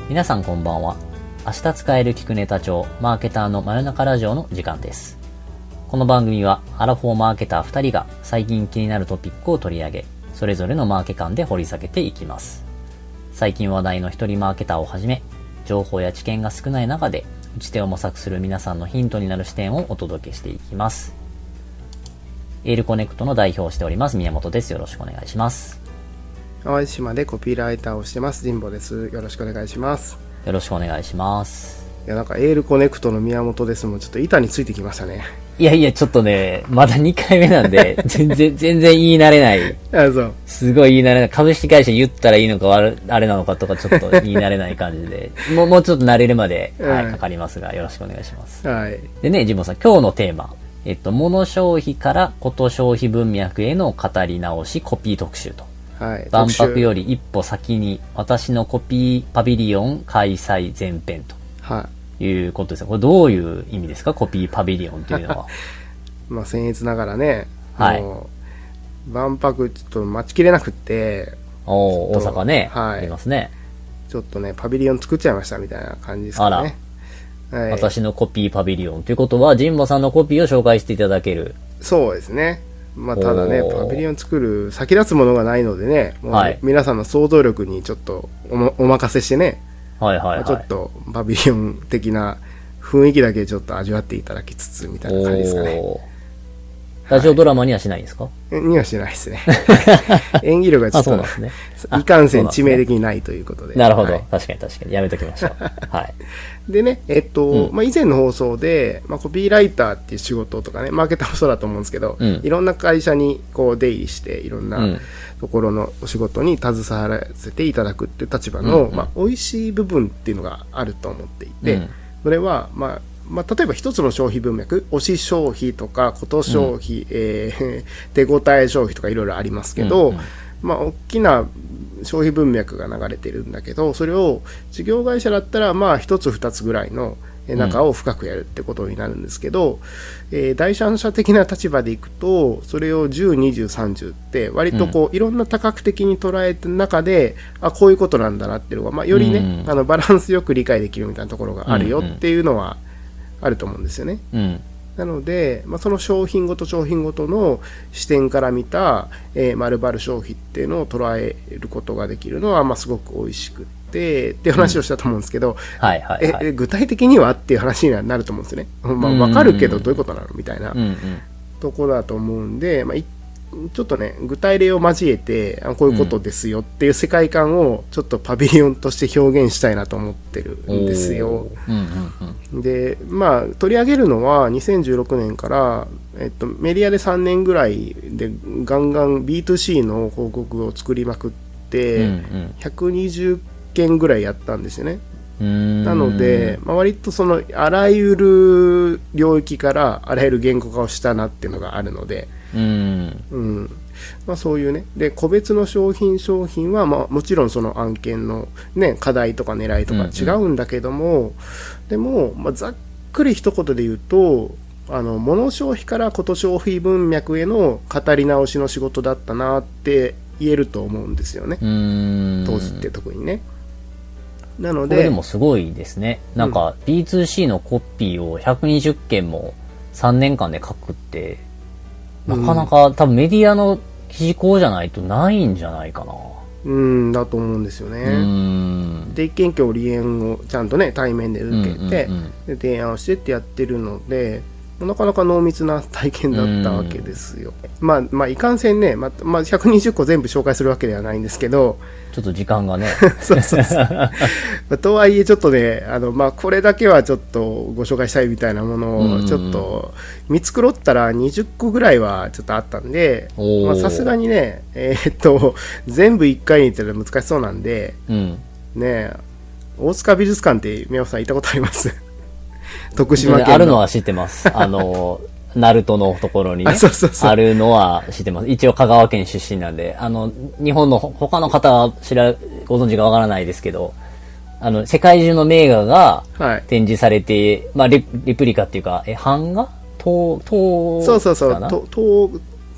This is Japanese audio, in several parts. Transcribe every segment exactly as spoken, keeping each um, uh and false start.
皆さんこんばんは。明日使える聞くネタ帳マーケターの真夜中ラジオの時間です。この番組はアラフォーマーケターふたりが最近気になるトピックを取り上げ、それぞれのマーケ観で掘り下げていきます。最近話題の一人マーケターをはじめ、情報や知見が少ない中で打ち手を模索する皆さんのヒントになる視点をお届けしていきます。エールコネクトの代表をしております宮本です。よろしくお願いします。 淡路島でコピーライターをしてます神保です。よろしくお願いします。 よろしくお願いします。 いやなんかエールコネクトの宮本ですもんちょっと板についてきましたね。 いやいやちょっとねまだにかいめなんで全然全然言い慣れない。 あそうすごい言い慣れない。株式会社言ったらいいのかあれなのかとかちょっと言い慣れない感じでもうもうちょっと慣れるまで、はい、かかりますがよろしくお願いします。 はい。 でね神保さん今日のテーマえっと物消費からこと消費文脈への語り直しコピー特集と。 はい、 万博より一歩先に私のコピーパビリオン開催前編と、はい、いうことですね。これどういう意味ですかコピーパビリオンというのは。 まあ僭越ながらね、 はい、 万博ちょっと待ちきれなくってお大阪ね、 はい、 ありますね。 ちょっとねパビリオン作っちゃいましたみたいな感じですかね。 あら、はい、私のコピーパビリオンということは神保さんのコピーを紹介していただける。 そうですね。まあ、ただねパビリオン作る先立つものがないのでね、もうはい、皆さんの想像力にちょっと お, お任せしてね、 はいはいはい、まあ、 ちょっとパビリオン的な雰囲気だけちょっと味わっていただきつつみたいな感じですかね。 ラジオドラマにはしないんですか？ にはしないですね。演技力がちょっと、 そうなんですね、 いかんせん致命的にないということで。 なるほど、 はい、 確かに確かにやめときましょう。はい。 でね、えっと、うん、まあ、以前の放送で、まあ、コピーライターっていう仕事とかね、マーケターもそうだと思うんですけど、うん、いろんな会社にこう出入りして、いろんなところのお仕事に携わらせていただくっていう立場の、うんうん、まあ、美味しい部分っていうのがあると思っていて、うん、それは、まあ、まあ、例えば一つの消費文脈、推し消費とか、こと消費、うん、えー、手応え消費とかいろいろありますけど、うんうん、まあ、大きな消費文脈が流れてるんだけど、それを事業会社だったら、まあ、一つ二つぐらいの中を深くやるってことになるんですけど、うん、えー、第三者的な立場でいくと、それをじゅう、にじゅう、さんじゅうって割とこう、うん、いろんな多角的に捉えた中で、あ、こういうことなんだなっていうのが、まあ、よりね、うん、あのバランスよく理解できるみたいなところがあるよっていうのは、あると思うんですよね。うん、なので、まあ、その商品ごと商品ごとの視点から見た、えー、丸々消費っていうのを捉えることができるのは、まあ、すごく美味しくってっていう話をしたと思うんですけど、え具体的にはっていう話にはなると思うんですよね。まあ、分かるけどどういうことなのみたいな、うんうん、ところだと思うんで、まあ、ちょっとね具体例を交えてこういうことですよっていう世界観をちょっとパビリオンとして表現したいなと思ってるんですよ。うんうんうん、でまあ取り上げるのはにせんじゅうろくねんから、えっと、メディアでさんねんぐらいでガンガン ビーツーシー の広告を作りまくって、うんうん、ひゃくにじゅっけんぐらいやったんですよね。なので、まあ、割とそのあらゆる領域からあらゆる言語化をしたなっていうのがあるので、うんうんまあ、そういうねで個別の商品商品は、まあ、もちろんその案件の、ね、課題とか狙いとか違うんだけども、うんうん、でも、まあ、ざっくり一言で言うとあの物消費からこと消費文脈への語り直しの仕事だったなって言えると思うんですよね。うん当時って特にね。なのでこれでもすごいですね。なんか ビーツーシー のコピーをひゃくにじゅっけんもさんねんかんで書くってなかなか、うん、多分メディアの記事項じゃないとないんじゃないかな。 うんだと思うんですよね。うんで一見教離縁をちゃんとね対面で受けて、うんうんうん、で提案をしてってやってるのでなかなか濃密な体験だったわけですよ。まあまあいかんせんね、まあ、まあひゃくにじゅっこ全部紹介するわけではないんですけど、 ちょっと時間がねそうそうそうとはいえちょっとねあの、まあ、これだけはちょっとご紹介したいみたいなものをちょっと見繕ったらにじゅっこぐらいはちょっとあったんで、さすがにねえー、っと全部いっかいに言ったら難しそうなんで、うん、ね大塚美術館って宮尾さん行ったことあります？徳島県のあるのは知ってます。あのナルトのところにね、あ、そうそうそう、あるのは知ってます。一応香川県出身なんで、あの日本の他の方は知らご存知かわからないですけど、あの世界中の名画が展示されて、はい、まあレ、レプリカっていうか、え版画、陶陶そうそうそう、陶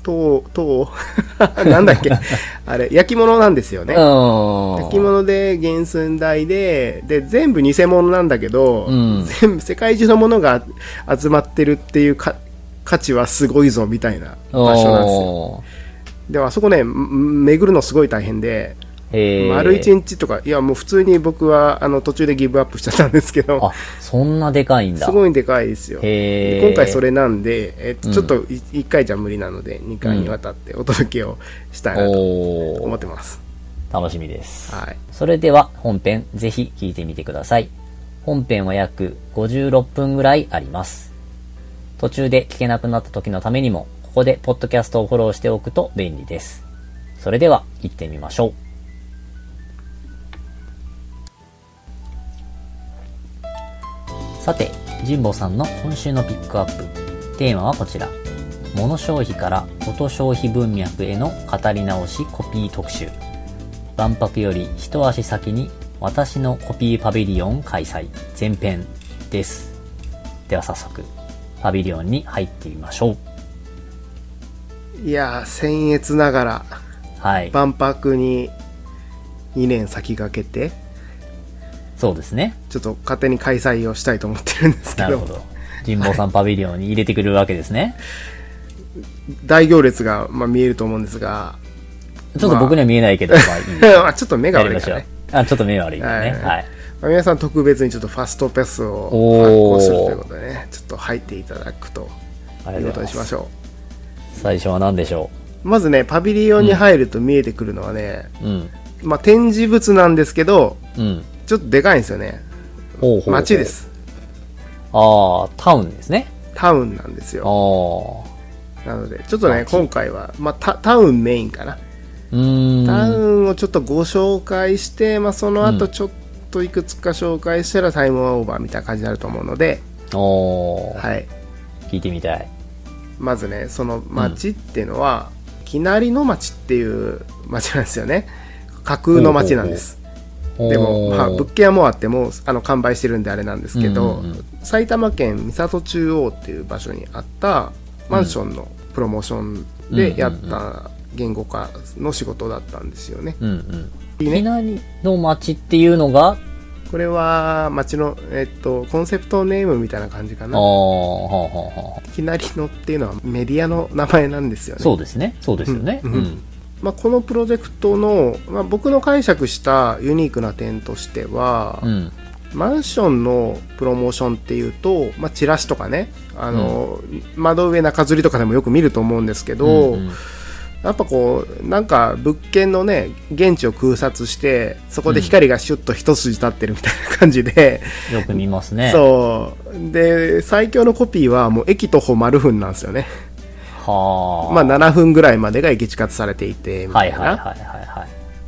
とう、とうなんだっけあれ、焼き物なんですよね。焼き物で原寸大で、で、全部偽物なんだけど、うん、全部世界中のものが集まってるっていうか価値はすごいぞみたいな場所なんですよ。でもあそこね、巡るのすごい大変で、丸一日とか、いやもう普通に僕はあの途中でギブアップしちゃったんですけど、 あ、そんなでかいんだ。 すごいでかいですよ。今回それなんで、えっと、ちょっといっかいじゃ無理なのでにかいにわたってお届けをしたいなと思ってます。 うん、楽しみです。 はい。 それでは本編ぜひ聞いてみてください。本編は約ごじゅうろっぷんぐらいあります。途中で聞けなくなった時のためにも、ここでポッドキャストをフォローしておくと便利です。それでは行ってみましょう。さて、神保さんの今週のピックアップ。テーマはこちら。物消費から音消費文脈への語り直しコピー特集。万博より一足先に私のコピーパビリオン開催前編です。では早速、パビリオンに入ってみましょう。いやー、僭越ながら、はい、万博ににねん先駆けて、 そうですね。 ちょっと勝手に開催をしたいと思ってるんですけど。 なるほど。神保さんパビリオンに入れてくるわけですね。 大行列が、まあ、見えると思うんですが。 ちょっと僕には見えないけど、まあいいですまあちょっと目が悪いからね。 あ、ちょっと目が悪いからね。はい。はい、 まあ、皆さん特別にちょっとファストパスを発行するということでね、ちょっと入っていただくということにしましょう。最初は何でしょう。まずね、パビリオンに入ると見えてくるのはね、うん、まあ展示物なんですけど、うん、ちょっとでかいんですよね。ほうほうほう。街です。 ああ、タウンですね。 タウンなんですよ。なので、ちょっとね、今回は、まあ、タ、タウンメインかな。うーん。タウンをちょっとご紹介して、まあ、その後ちょっといくつか紹介したらタイムオーバーみたいな感じになると思うので、 おー。 はい。 聞いてみたい。 まずね、その街っていうのは、うん、きなりの町っていう町なんですよね。架空の町なんです。ほうほう。でも、まあ、物件はもうあってもあの完売してるんであれなんですけど、うんうんうん、埼玉県三郷中央っていう場所にあったマンションのプロモーションでやった言語化の仕事だったんですよね。 うんうん、きなりの町っていうのが、 これは町の、えっと、コンセプトネームみたいな感じかな。きなりのっていうのはメディアの名前なんですよね。 そうですね。そうですよね。うんうん、 まあ、このプロジェクトの、まあ、僕の解釈したユニークな点としては、うん、マンションのプロモーションっていうと、まあ、チラシとかね、あの、うん、窓上中吊りとかでもよく見ると思うんですけど、うんうん、やっぱこうなんか物件のね現地を空撮してそこで光がシュッと一筋立ってるみたいな感じで、 うん、よく見ますね。 そうで、最強のコピーはもう駅徒歩丸分なんですよね。 はあ、 まあななふんぐらいまでが駅近活されていてみたいな。 はいはいはいはいはい。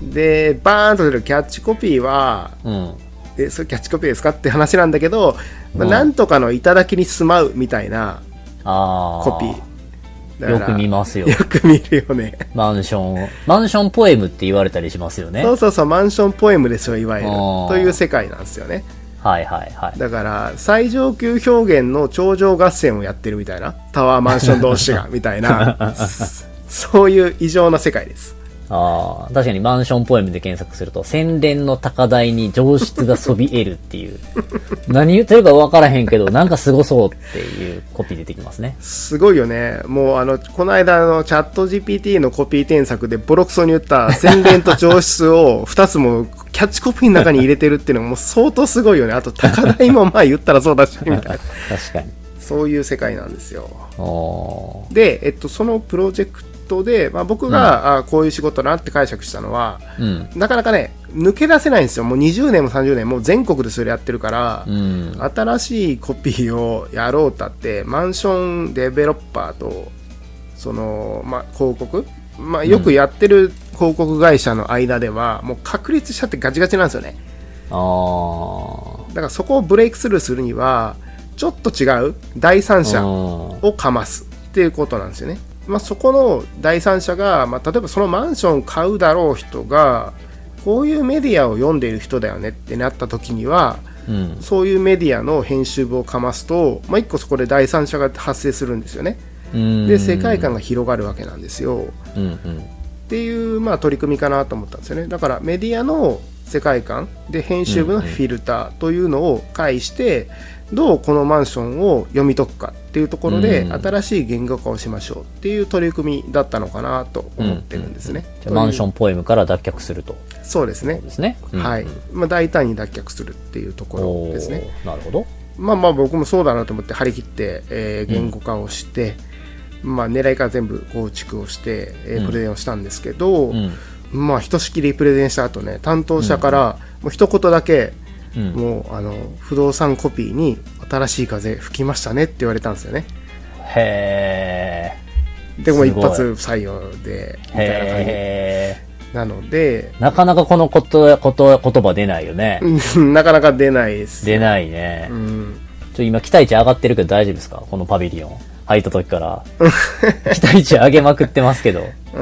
でバーンと出るキャッチコピーは、うん、えそれキャッチコピーですかって話なんだけど、まあ、なんとかの頂に住まうみたいなコピー。 よく見ますよ。 よく見るよね。 マンション、マンションポエムって言われたりしますよね。 そうそうそう、マンションポエムですよ、いわゆる。という世界なんですよね。 はいはいはい。 だから、最上級表現の頂上合戦をやってるみたいな。タワーマンション同士が、みたいな。そういう異常な世界です。 ああ、確かにマンションポエムで検索すると、洗練の高台に上質がそびえるっていう。何言ってるか分からへんけど、なんかすごそうっていうコピー出てきますね。 すごいよね。もうあの、この間のチャット ジーピーティー のコピー添削でボロクソに言った洗練と上質をふたつもキャッチコピーの中に入れてるっていうのがもう相当すごいよね。あと高台もまあ言ったらそうだし、みたいな。 確かに。 そういう世界なんですよ。で、えっと、そのプロジェクトで、まあ、僕が、うん、あこういう仕事だなって解釈したのは、うん、なかなかね抜け出せないんですよ。もうにじゅうねんもさんじゅうねんも全国でそれやってるから、うん、新しいコピーをやろうたってマンションデベロッパーとその、まあ、広告、まあ、よくやってる広告会社の間では、うん、もう確立しちゃってガチガチなんですよね。 あだからそこをブレイクスルーするにはちょっと違う第三者をかますっていうことなんですよね。まあ、そこの第三者が、まあ、例えばそのマンションを買うだろう人がこういうメディアを読んでいる人だよねってなった時には、うん、そういうメディアの編集部をかますと、まあ、一個そこで第三者が発生するんですよね。 で世界観が広がるわけなんですよ、 うんうん、 っていう、まあ、取り組みかなと思ったんですよね。だからメディアの世界観で編集部のフィルターというのを介してどうこのマンションを読み解くかっていうところで新しい言語化をしましょうっていう取り組みだったのかなと思ってるんですね、 うんうん、マンションポエムから脱却すると。 そうですね、 そうですね、うんうん、 はい、まあ、大胆に脱却するっていうところですね。 なるほど。 まあまあ僕もそうだなと思って張り切って、えー、言語化をして、うん、まあ狙いから全部構築をして、えー、プレゼンをしたんですけど、うんうん、まあひとしきりプレゼンした後ね、担当者からもう一言だけ、うん、もうあの不動産コピーに新しい風吹きましたねって言われたんですよね。 へー。でも一発採用でみたいな感じ。へー。なのでなかなかこのことこと言葉出ないよね。 なかなか出ないです。 出ないね。 うん、 ちょ今期待値上がってるけど大丈夫ですか？このパビリオン入った時から期待値上げまくってますけど。 うん、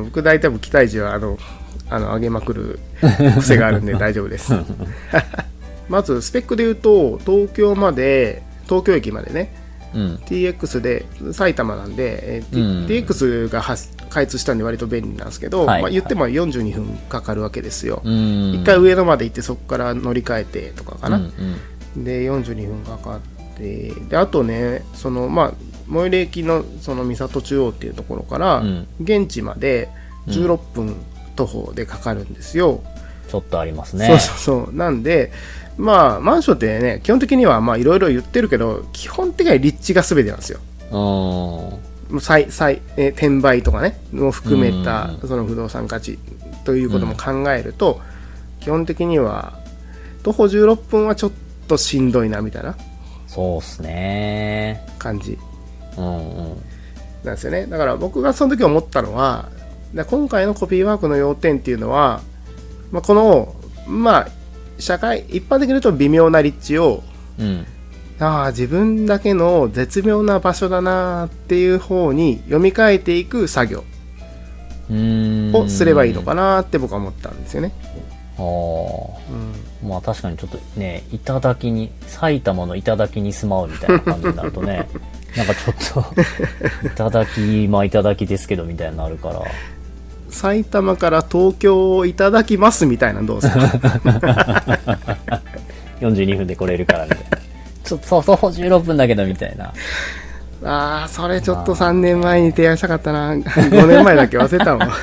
僕大体期待値はあのあの上げまくる癖があるんで大丈夫です。まずスペックで言うと東京まで東京駅までね、うん、ティーエックス で埼玉なんで、えーうん、ティーエックス が開通したんで割と便利なんですけど、はい、まあ、言ってもよんじゅうにふんかかるわけですよ。うん、一回上野まで行ってそこから乗り換えてとかかな、うんうん、でよんじゅうにふんかかってであとねそのまあ最寄り駅のその三郷中央っていうところから、うん、現地までじゅうろっぷん徒歩でかかるんですよ。 ちょっとありますね。 そうそうそう。なんでまあマンションってね基本的にはまあいろいろ言ってるけど基本的には立地が全てなんですよ。再再、えー、転売とかねを含めたその不動産価値ということも考えると、うん、基本的には徒歩じゅうろっぷんはちょっとしんどいなみたいなそうっすね感じ、 うんうん、 なんですよね。だから僕がその時思ったのは今回のコピーワークの要点っていうのは、まあ、このまあ社会一般的に言うと微妙な立地を、うん、ああ自分だけの絶妙な場所だなっていう方に読み替えていく作業をすればいいのかなって僕は思ったんですよね。 あ、うん、まあ確かにちょっとね頂に埼玉の頂に住まうみたいな感じになるとねなんかちょっと頂まあ頂ですけどみたいになるから埼玉から東京をいただきますみたいなのどうですかよんじゅうにふんで来れるからみたいなちょっと徒歩じゅうろっぷんだけどみたいな。 ああそれちょっとさんねんまえに提案したかったな。ごねんまえだけ忘れたわ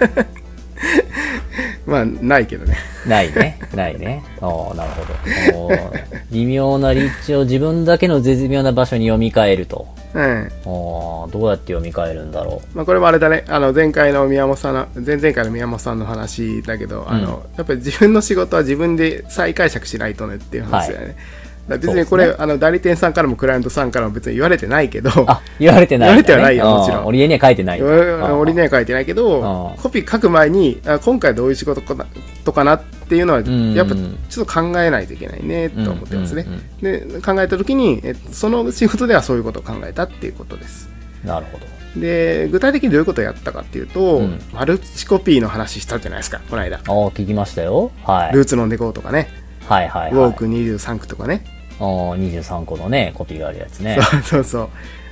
まあないけどね。 ないねないね。ああなるほど。微妙な立地を自分だけの絶妙な場所に読み替えると。うん、あどうやって読み替えるんだろう。まあこれもあれだね。あの前回の宮本さんの前々回の宮本さんの話だけど、うん、あのやっぱり自分の仕事は自分で再解釈しないとねっていう話だよね。はい、だ別にこれ、ね、あの代理店さんからもクライアントさんからも別に言われてないけどあ言われてない、 ね、言われてはないよもちろん。 俺には書いてない。 俺には書いてないけどコピー書く前にあ今回どういう仕事かなとかなっていうのはやっぱちょっと考えないといけないねと思ってますね。で考えた時にえその仕事ではそういうことを考えたっていうことです。 なるほど。 で具体的にどういうことをやったかっていうと、うん、マルチコピーの話したじゃないですかこの間。あ聞きましたよ、はい、 ルーツのデコーとかね、 はいはいはい、 ウォークにじゅうさんくとかねにじゅうさんこのねコピーがあるやつね。 そうそうそう。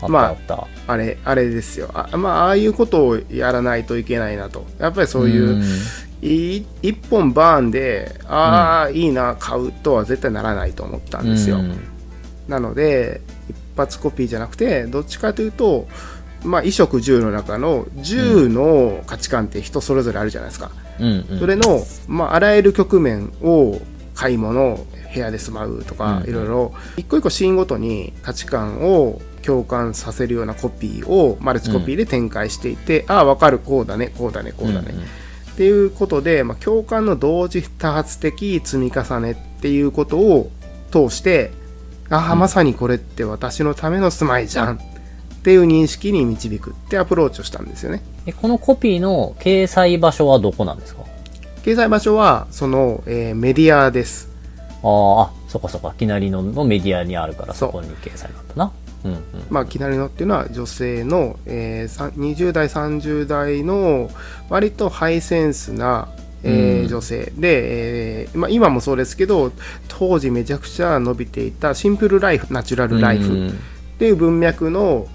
まああったあれあれですよ。あまあああいうことをやらないといけないなと。やっぱりそういうい一本バーンでああ、うん、いいな買うとは絶対ならないと思ったんですよ。なので一発コピーじゃなくてどっちかというとまあ衣食住の中の住の価値観って人それぞれあるじゃないですか。うんうん、それのまああらゆる局面を買い物部屋で住まうとか、うん、いろいろ一個一個シーンごとに価値観を共感させるようなコピーをマルチコピーで展開していて、うん、ああ分かるこうだねこうだねこうだね、うんうん、っていうことで、まあ、共感の同時多発的積み重ねっていうことを通してああ、うん、まさにこれって私のための住まいじゃんっていう認識に導くってアプローチをしたんですよね。 このコピーの掲載場所はどこなんですか？ 掲載場所はその、えー、メディアです。 ああ、そこそこ、きなりののメディアにあるから、そこに掲載なんだな。うんうん。 まあ、きなりのっていうのは女性の、えー、にじゅう代、さんじゅう代の割とハイセンスな、えーうん、女性で、えーまあ、今もそうですけど、当時めちゃくちゃ伸びていたシンプルライフ、ナチュラルライフっていう文脈の、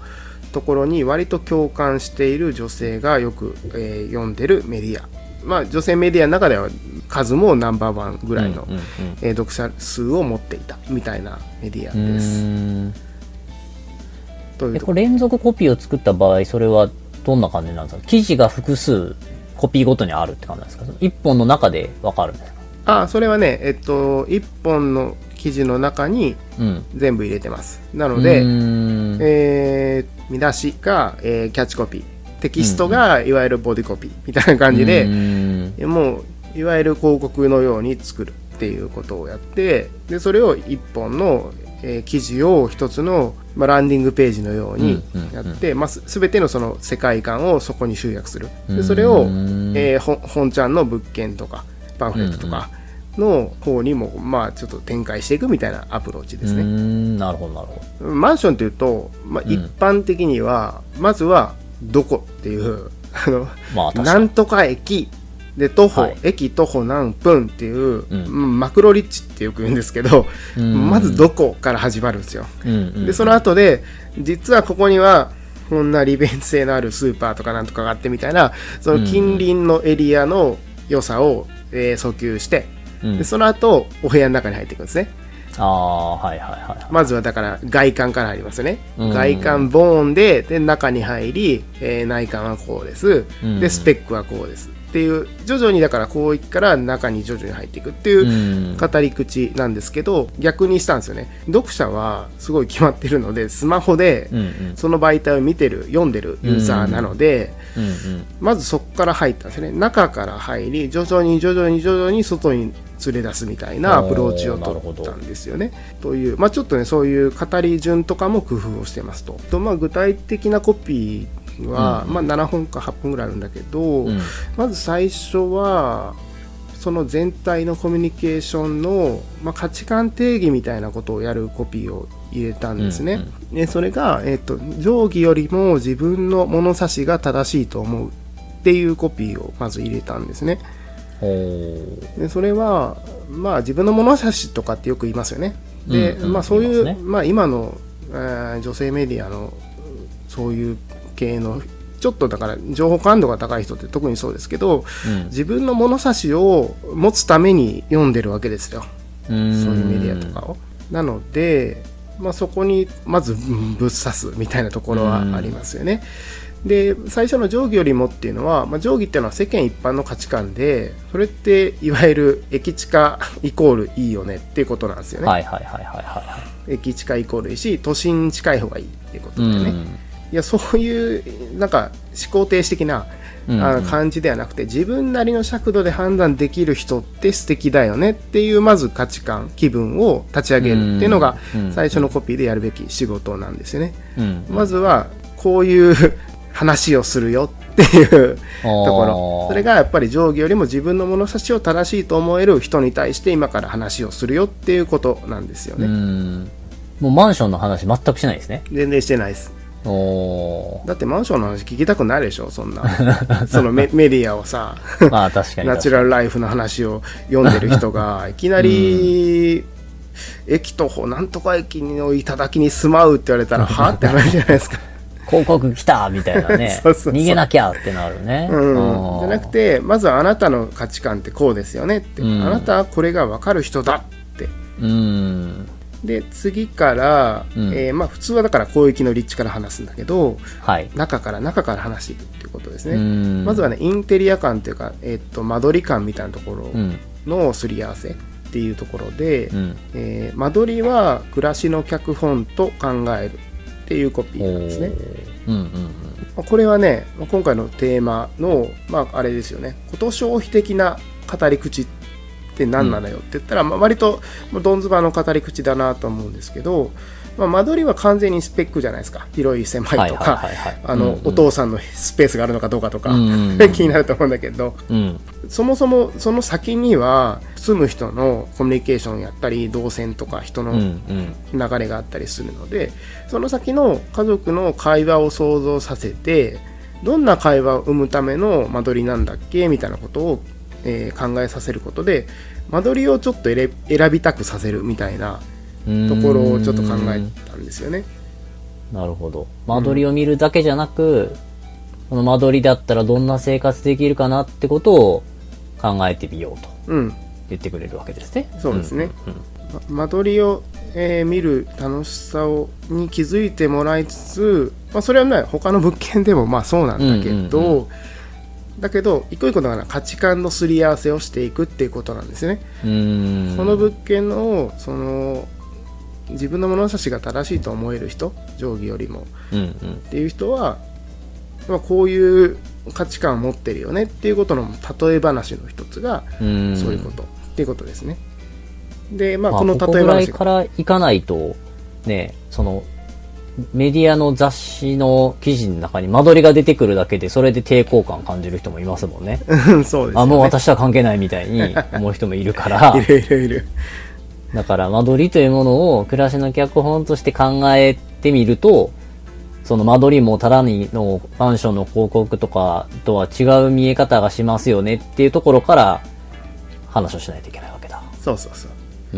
ところに割と共感している女性がよく、えー、読んでるメディア、まあ、女性メディアの中では数もナンバーワンぐらいの、うんうんうんえー、読者数を持っていたみたいなメディアです。 うんというとこれ連続コピーを作った場合、それはどんな感じなんですか？記事が複数コピーごとにあるって感じなんですか？一本の中で分かるんですか？ あ、それはね、えっと、一本の記事の中に全部入れてます。うん、なので、えー、見出しが、えー、キャッチコピー、テキストがいわゆるボディコピーみたいな感じで、うん、もういわゆる広告のように作るっていうことをやって、でそれを一本の、えー、記事を一つの、まあ、ランディングページのようにやって、うんうんうんまあ、すべてのその世界観をそこに集約する。でそれを、えー、本ちゃんの物件とかパンフレットとかの方にもまあちょっと展開していくみたいなアプローチですね。 うーんなるほどなるほど。 マンションというと、まあ、一般的には、うん、まずはどこっていうあの、まあ、なんとか駅で徒歩、はい、駅徒歩何分っていう、うん、マクロリッチってよく言うんですけど、うん、まずどこから始まるんですよ。うんうん、でその後で実はここにはこんな利便性のあるスーパーとかなんとかがあってみたいな、その近隣のエリアの良さを、えー、訴求して、うん、でその後お部屋の中に入っていくんですね。 ああはいはいはい。 まずはだから外観から入りますよね。うん、外観ボーンで、で中に入り、えー、内観はこうです。でスペックはこうです。っていう徐々にだから広域から中に徐々に入っていくっていう語り口なんですけど、逆にしたんですよね。読者はすごい決まってるのでスマホでその媒体を見てる読んでるユーザーなので、まずそこから入ったんですね。中から入り徐々に徐々に徐々に外に連れ出すみたいなアプローチを取ったんですよね。という、まあ、ちょっとねそういう語り順とかも工夫をしてますと。と、まあ、具体的なコピーは、うんまあ、ななほんかはっぽんぐらいあるんだけど、うん、まず最初はその全体のコミュニケーションの、まあ、価値観定義みたいなことをやるコピーを入れたんですね。うんうん、でそれが、えーと、定規よりも自分の物差しが正しいと思うっていうコピーをまず入れたんですね。でそれは、まあ、自分の物差しとかってよく言いますよね。で、うんうんまあ、そういう、ねまあ、今の、えー、女性メディアのそういう系のちょっとだから情報感度が高い人って特にそうですけど、うん、自分の物差しを持つために読んでるわけですよ。そういうメディアとかを。なので、まあ、そこにまずぶっ刺すみたいなところはありますよね。で最初の定規よりもっていうのは、まあ、定規っていうのは世間一般の価値観で、それっていわゆる駅近イコールいいよねっていうことなんですよね。はいはいはいはいはい。駅近イコールいいし、都心に近い方がいいっていうことだよね。いやそういうなんか思考停止的なあ感じではなくて、自分なりの尺度で判断できる人って素敵だよねっていうまず価値観気分を立ち上げるっていうのが最初のコピーでやるべき仕事なんですよね。まずはこういう話をするよっていうところ、それがやっぱり定規よりも自分の物差しを正しいと思える人に対して今から話をするよっていうことなんですよね。うんもうマンションの話全くしないですね。 全然してないです。おだってマンションの話聞きたくないでしょそんなその メ, メディアをさまあ確かにナチュラルライフの話を読んでる人がいきなり、うん、駅徒歩なんとか駅の頂に住まうって言われたらはって話じゃないですか広告来たみたいなねそうそうそう逃げなきゃってなるね、 うん、じゃなくてまずはあなたの価値観ってこうですよねって、うん、あなたはこれが分かる人だってうんで次から、うんえーまあ、普通はだから広域の立地から話すんだけど、はい、中から中から話していくっていうことですね。まずはねインテリア感というか、えー、と間取り感みたいなところのすり合わせっていうところで、うんえー、間取りは暮らしの脚本と考えるっていうコピーなんですね。うんうんうん、これはね今回のテーマの、まあ、あれですよね。こと消費的な語り口ってって何なのよって言ったら、うんまあ、割とどんずばの語り口だなと思うんですけど、まあ、間取りは完全にスペックじゃないですか。広い狭いとかお父さんのスペースがあるのかどうかとか、うんうん、気になると思うんだけど、うん、そもそもその先には住む人のコミュニケーションやったり動線とか人の流れがあったりするので、その先の家族の会話を想像させて、どんな会話を生むための間取りなんだっけみたいなことをえー、考えさせることで間取りをちょっと選びたくさせるみたいなところをちょっと考えたんですよね。 なるほど。間取りを見るだけじゃなく、この間取りだったらどんな生活できるかなってことを考えてみようと言ってくれるわけですね。 うん、そうですね。うんうん、間取りを、えー、見る楽しさをに気づいてもらいつつ、まあ、それはね他の物件でもまあそうなんだけど、うんうんうん、だけど一個一個だから価値観のすり合わせをしていくっていうことなんですね。うーん、この物件のその自分の物差しが正しいと思える人、定規よりも、うんうん、っていう人は、まあ、こういう価値観を持ってるよねっていうことの例え話の一つがそういうことっていうことですね。で、まあ、この例え話が、まあ、ここぐらいからいかないとね、そのメディアの雑誌の記事の中に間取りが出てくるだけでそれで抵抗感感じる人もいますもんね。 そうですよね。 あ、もう私とは関係ないみたいに思う人もいるからいるいるいる。 だから間取りというものを暮らしの脚本として考えてみると、その間取りもただのマンションの広告とかとは違う見え方がしますよねっていうところから話をしないといけないわけだ。 そうそうそう。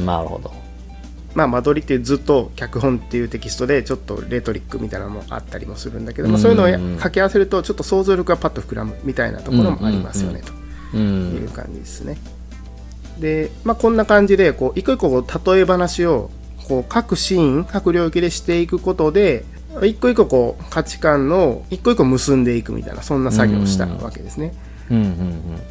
なるほど。 まあ間取りってずっと脚本っていうテキストでちょっとレトリックみたいなのもあったりもするんだけど、まあ、そういうのを掛け合わせるとちょっと想像力がパッと膨らむみたいなところもありますよねという感じですね。で、まあ、こんな感じでこう一個一個例え話をこう各シーン各領域でしていくことで一個一個こう価値観の一個一個結んでいくみたいなそんな作業をしたわけですね。うんうんうん、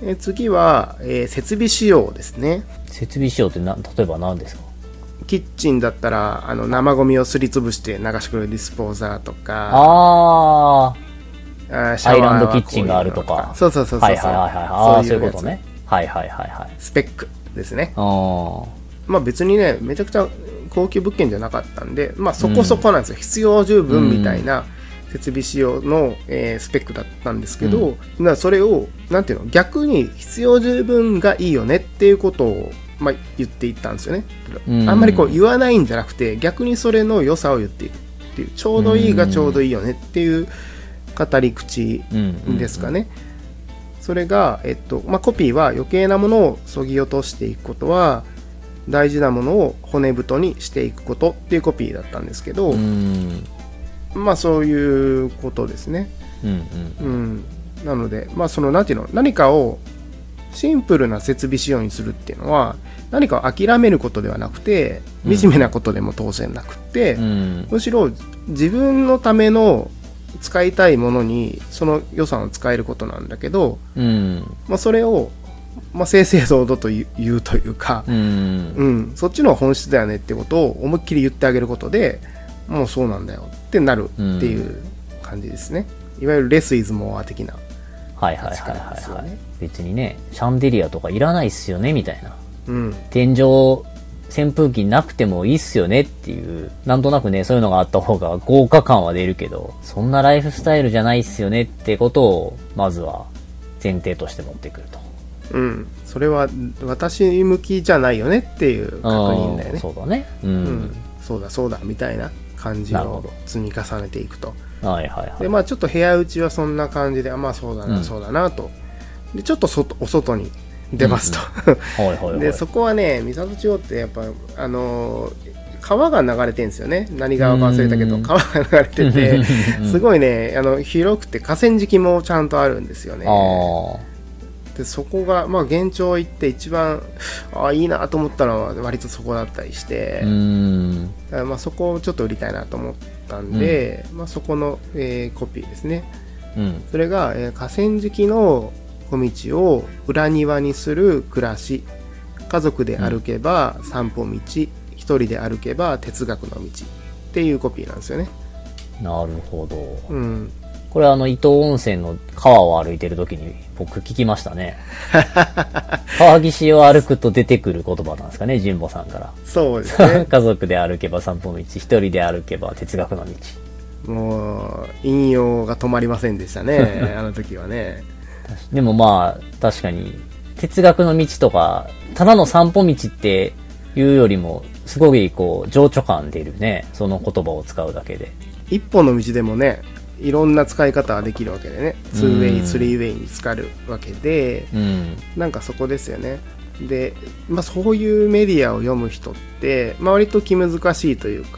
え次は、えー、設備仕様ですね。 設備仕様ってな例えば何ですか？ キッチンだったらあの生ゴミをすりつぶして流し込むディスポーザーとか、 ああアイランドキッチンがあるとか、 そうそうそうそう、はいはいはいはい、 ああそういうことね。はいはいはいはい。 スペックですね。あまあ別にねめちゃくちゃ高級物件じゃなかったんで、まあそこそこなんですよ、うん、必要十分みたいな設備仕様の、えー、スペックだったんですけど、うん、だそれをなんていうの逆に必要十分がいいよねっていうことをまあ、言っていったんですよね。あんまりこう言わないんじゃなくて逆にそれの良さを言っていくっていう、ちょうどいいがちょうどいいよねっていう語り口ですかね。それが、えっとまあ、コピーは余計なものを削ぎ落としていくことは大事なものを骨太にしていくことっていうコピーだったんですけど、まあそういうことですね。うんうんうん、なのでまあそのなんていうの何かをシンプルな設備仕様にするっていうのは何かを諦めることではなくて惨めなことでも当然なくて、うん、むしろ自分のための使いたいものにその予算を使えることなんだけど、うんまあ、それを、まあ、正々堂々と言うというか、うんうん、そっちの本質だよねってことを思いっきり言ってあげることでもうそうなんだよってなるっていう感じですね、うん、いわゆるレスイズモア的な。 はいはいはいはい、はい、別にねシャンデリアとかいらないっすよねみたいな、うん、天井扇風機なくてもいいっすよねっていうなんとなくねそういうのがあった方が豪華感は出るけどそんなライフスタイルじゃないっすよねってことをまずは前提として持ってくると、 うんそれは私向きじゃないよねっていう確認だよね。 そうだね、うん、うん、 そうだそうだみたいな感じを積み重ねていくと。 はいはいはい、 でまあちょっと部屋打ちはそんな感じであまあそうだな、うん、そうだなとでちょっと外お外に出ますと、うんうんはいはい、はい、でそこはね三郷地方ってやっぱあのー、川が流れてるんですよね。何川か忘れたけど川が流れててすごいねあの広くて河川敷もちゃんとあるんですよね。あでそこがまあ現状行って一番あいいなと思ったのは割とそこだったりしてうんだからまあそこをちょっと売りたいなと思ってんで、うんまあ、そこの、えー、コピーですね、うん、それが、えー、河川敷の小道を裏庭にする暮らし、家族で歩けば散歩道、一人で歩けば哲学の道っていうコピーなんですよね。 なるほど、うん、これあの伊東温泉の川を歩いてる時に僕聞きましたね川岸を歩くと出てくる言葉なんですかね、神保さんから。 そうですね家族で歩けば散歩道、一人で歩けば哲学の道。 もう引用が止まりませんでしたねあの時はね。 でもまあ確かに哲学の道とかただの散歩道っていうよりもすごいこう情緒感出るね、その言葉を使うだけで。 一本の道でもねいろんな使い方ができるわけでね、ツーウェイ、スリーウェイに使うわけで、うん、なんかそこですよね。で、まあ、そういうメディアを読む人って、まあ、割と気難しいというか、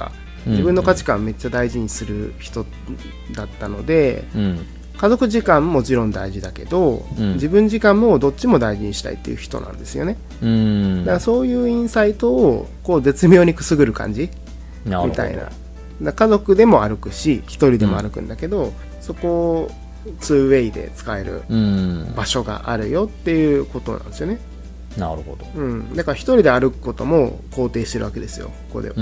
自分の価値観めっちゃ大事にする人だったので、 うん、 家族時間ももちろん大事だけど、うん、自分時間もどっちも大事にしたいっていう人なんですよね。うん、だからそういうインサイトをこう絶妙にくすぐる感じみたいな。だ家族でも歩くし一人でも歩くんだけど、うん、そこをツーウェイで使える場所があるよっていうことなんですよね。 なるほど、 うん、だから一人で歩くことも肯定してるわけですよ、ここでは。うん、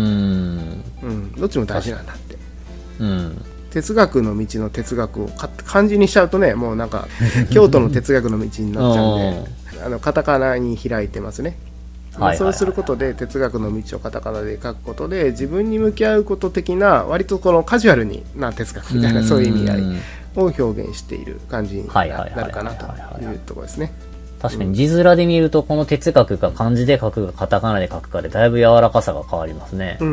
うん、どっちも大事なんだって、うん、哲学の道の哲学を漢字にしちゃうとね、もうなんか京都の哲学の道になっちゃうんであのカタカナに開いてますね。まあ、そうすることで哲学の道をカタカナで書くことで自分に向き合うこと的な割とこのカジュアルにな哲学みたいなそういう意味合いを表現している感じになるかなというところですね。 確かに字面で見るとこの哲学が漢字で書くかカタカナで書くかでだいぶ柔らかさが変わりますね。うん、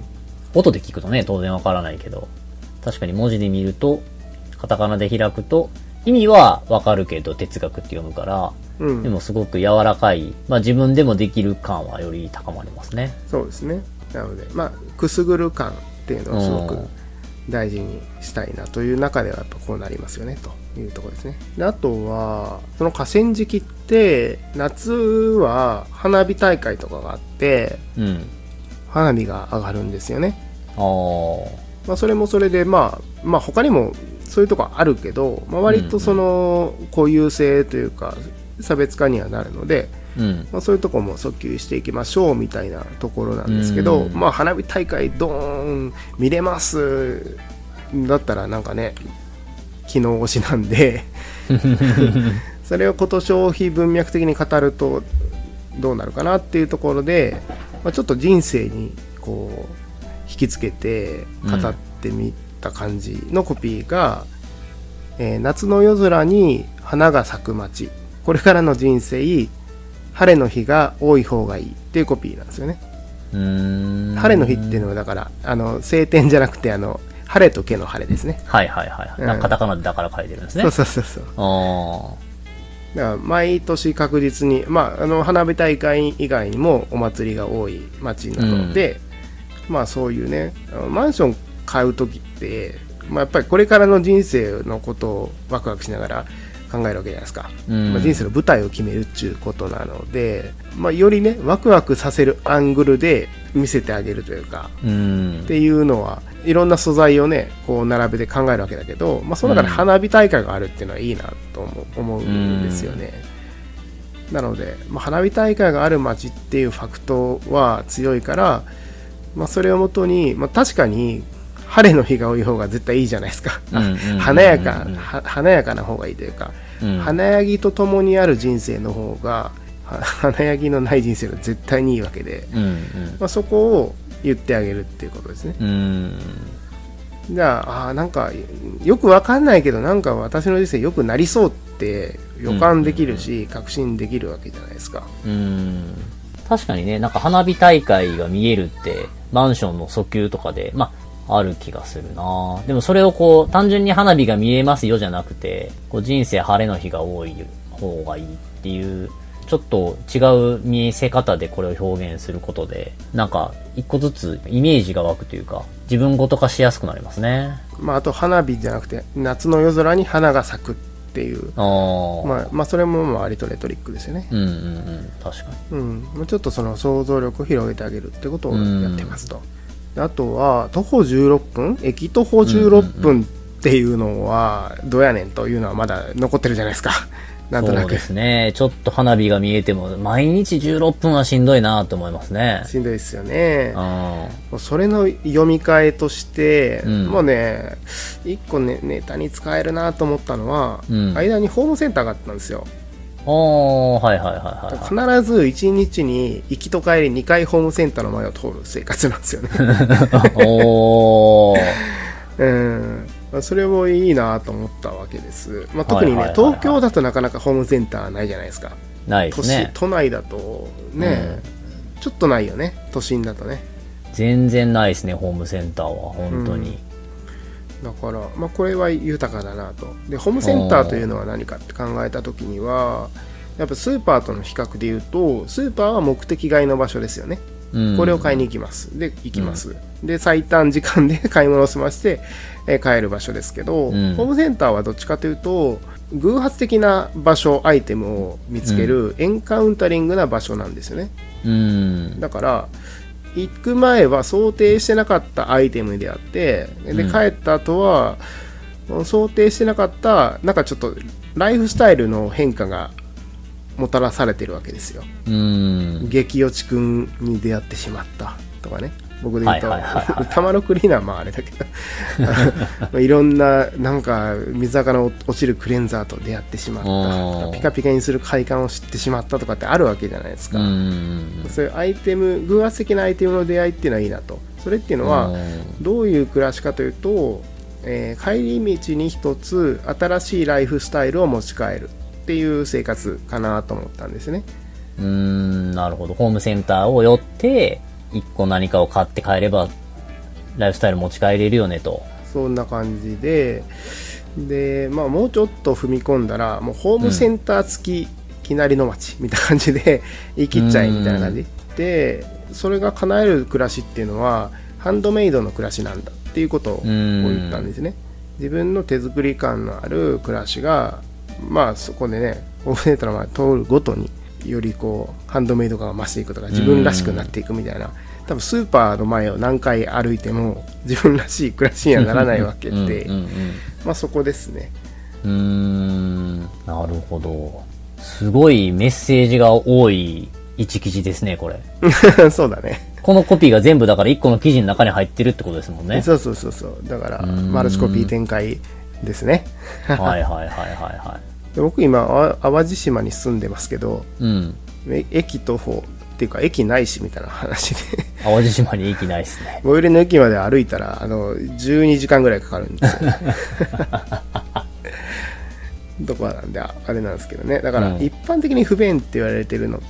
音で聞くとね当然わからないけど、確かに文字で見るとカタカナで開くと意味はわかるけど哲学って読むから、うん、でもすごく柔らかい、まあ、自分でもできる感はより高まりますね。 そうですね。なのでまあくすぐる感っていうのをすごく大事にしたいなという中ではやっぱこうなりますよねというところですね。であとはその河川敷って夏は花火大会とかがあって、うん、花火が上がるんですよね。あ、まあ、それもそれでまあまあ他にもそういうとこあるけど、まあ、割とその固有性というか差別化にはなるので、うんまあ、そういうとこも訴求していきましょうみたいなところなんですけど、まあ花火大会ドーン見れますだったらなんかね機能推しなんでそれをこと消費文脈的に語るとどうなるかなっていうところで、まあ、ちょっと人生にこう引きつけて語ってみた感じのコピーが、うんえー、夏の夜空に花が咲く街、これからの人生晴れの日が多い方がいいっていうコピーなんですよね。うーん、晴れの日っていうのはだからあの晴天じゃなくてあの晴れと毛の晴れですね。 はいはいはい、うん、カタカナでだから書いてるんですね。 そうそうそうそう。あだから毎年確実に、まあ、あの花火大会以外にもお祭りが多い街なので、うん、まあそういうねマンション買う時って、まあ、やっぱりこれからの人生のことをワクワクしながら考えるわけじゃないですか、うんまあ、人生の舞台を決めるっていうことなので、まあ、よりねワクワクさせるアングルで見せてあげるというか、うん、っていうのはいろんな素材をねこう並べて考えるわけだけど、まあ、その中で花火大会があるっていうのはいいなと思う、思うんですよね。なので、まあ、花火大会がある街っていうファクトは強いから、まあ、それをもとに、まあ、確かに晴れの日が多い方が絶対いいじゃないですか。華やか華やかな方がいいというか、うん、華やぎとともにある人生の方が華やぎのない人生が絶対にいいわけで、うんうんまあ、そこを言ってあげるっていうことですね。うんじゃあ、あなんかよくわかんないけどなんか私の人生良くなりそうって予感できるし、うんうんうん、確信できるわけじゃないですか。うん確かにね、なんか花火大会が見えるってマンションの訴求とかでまあある気がするな。でもそれをこう単純に花火が見えますよじゃなくて、こう人生晴れの日が多い方がいいっていうちょっと違う見せ方でこれを表現することで、なんか一個ずつイメージが湧くというか自分ごと化しやすくなりますね。 まああと花火じゃなくて夏の夜空に花が咲くっていう、あまあまあそれも割とレトリックですよね。うんうんうん確かに。うんもうちょっとその想像力を広げてあげるってことをやってますと。あとは徒歩じゅうろっぷん駅徒歩じゅうろっぷんっていうのはどうやねんというのはまだ残ってるじゃないですか。なんとなく。 そうですね。ちょっと花火が見えても毎日じゅうろっぷんはしんどいなと思いますね。 しんどいですよね。うん、それの読み替えとして、うん、もうね一個、ね、ネタに使えるなと思ったのは、うん、間にホームセンターがあったんですよ。 おーはいはいはいはい、必ずいちにちに行きと帰りにかいホームセンターの前を通る生活なんですよね。おーうんそれもいいなと思ったわけです、まあ、特にね、はいはいはいはい、東京だとなかなかホームセンターないじゃないですか。 ないですね。 都市都内だとね、うん、ちょっとないよね都心だとね。 全然ないですねホームセンターは本当に、 うん、だから、まあ、これは豊かだなと。でホームセンターというのは何かって考えた時にはやっぱスーパーとの比較でいうとスーパーは目的外の場所ですよね。 うん、 これを買いに行きます。で、行きます。うん、で、最短時間で買い物を済まして、えー、帰る場所ですけど、うん、ホームセンターはどっちかというと、偶発的な場所、アイテムを見つけるエンカウンタリングな場所なんですよね。 うん、 だから、行く前は想定してなかったアイテムであって、で、帰った後は、うん、想定してなかった、なんかちょっと、ライフスタイルの変化がもたらされてるわけですよ。 うん、 激落ちくんに出会ってしまったとかね。僕で言うと、 はいはいはいはい、 タマロクリーナーまああれだけどいろんななんか水垢の落ちるクレンザーと出会ってしまった、ピカピカにする快感を知ってしまったとかってあるわけじゃないですか。うん、そういうアイテム、偶発的なアイテムの出会いっていうのはいいなと。それっていうのはどういう暮らしかというと、えー、帰り道に一つ新しいライフスタイルを持ち帰るっていう生活かなと思ったんですね。 うーん、なるほど。ホームセンターを寄って一個何かを買って帰ればライフスタイル持ち帰れるよねと。 そんな感じで、で、まあもうちょっと踏み込んだらもうホームセンター付きいきなりの街みたいな感じで生きっちゃいみたいな感じで、それが叶える暮らしっていうのはハンドメイドの暮らしなんだっていうことを言ったんですね。自分の手作り感のある暮らしが、まあそこでね、ホームセンターが通るごとによりこうハンドメイド感が増していくとか、自分らしくなっていくみたいな、多分スーパーの前を何回歩いても自分らしい暮らしにはならないわけで、うんうん、うん、まあそこですね。 うーん、なるほど。すごいメッセージが多い一記事ですね、これ。 そうだね。 このコピーが全部だからいっこの記事の中に入ってるってことですもんね。 そうそうそうそう。だからマルチコピー展開ですね。 はいはいはいはいはい。 僕今淡路島に住んでますけど、 うん、 駅徒歩っていうか駅ないしみたいな話で淡路島に駅ないですね。 最寄りの駅まで歩いたらあのじゅうにじかんぐらいかかるんですよとこなんであれなんですけどね。だから一般的に不便って言われてるのって、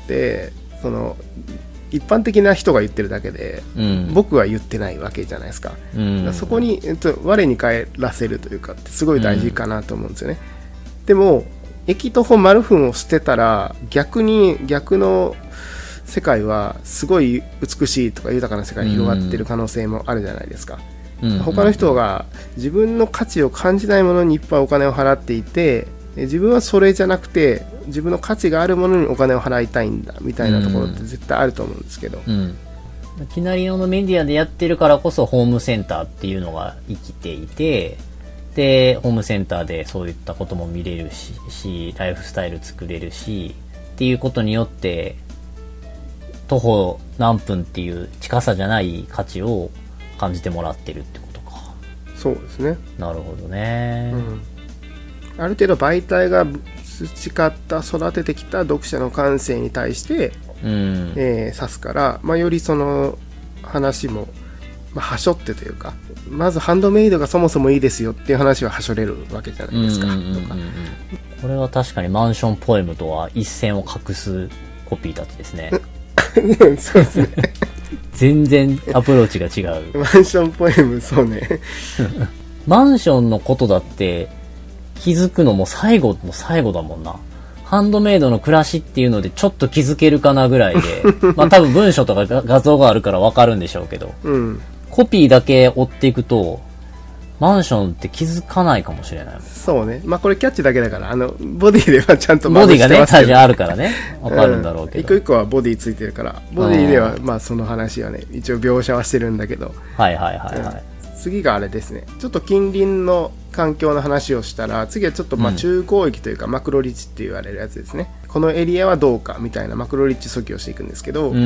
その一般的な人が言ってるだけで、うん、僕は言ってないわけじゃないですか。うん、だからそこに、えっと、我に返らせるというかってすごい大事かなと思うんですよね。うん、でも駅徒歩丸分を捨てたら逆に逆の世界はすごい美しいとか豊かな世界に広がってる可能性もあるじゃないですか。うん、他の人が自分の価値を感じないものにいっぱいお金を払っていて、自分はそれじゃなくて自分の価値があるものにお金を払いたいんだみたいなところって絶対あると思うんですけど、 うん、いきなりのメディアでやってるからこそホームセンターっていうのが生きていて、でホームセンターでそういったことも見れる し, しライフスタイル作れるしっていうことによって徒歩何分っていう近さじゃない価値を感じてもらってるってことか。 そうですね。 なるほどね。 うん、ある程度媒体が培った育ててきた読者の感性に対して、うんえー、指すから、まあ、よりその話も、まあ、はしょってというか、まずハンドメイドがそもそもいいですよっていう話ははしょれるわけじゃないですか。 これは確かにマンションポエムとは一線を画すコピーたちですね。 そうですね。 全然アプローチが違う。 マンションポエム、そうね。 マンションのことだって気づくのも最後の最後だもんな。ハンドメイドの暮らしっていうのでちょっと気づけるかなぐらいで、まあ多分文章とか画像があるからわかるんでしょうけど、うん、コピーだけ追っていくとマンションって気づかないかもしれないもん。 そうね。まあこれキャッチだけだから、あのボディではちゃんとボディがねタジあるからねわかるんだろうけど、 うん、一個一個はボディついてるからボディではまあその話はね一応描写はしてるんだけど、 はいはいはいはい。 うん、次があれですね。ちょっと近隣の環境の話をしたら、次はちょっとまあ中広域というかマクロ立地って言われるやつですね。うん、このエリアはどうかみたいなマクロ立地訴求をしていくんですけど、うん、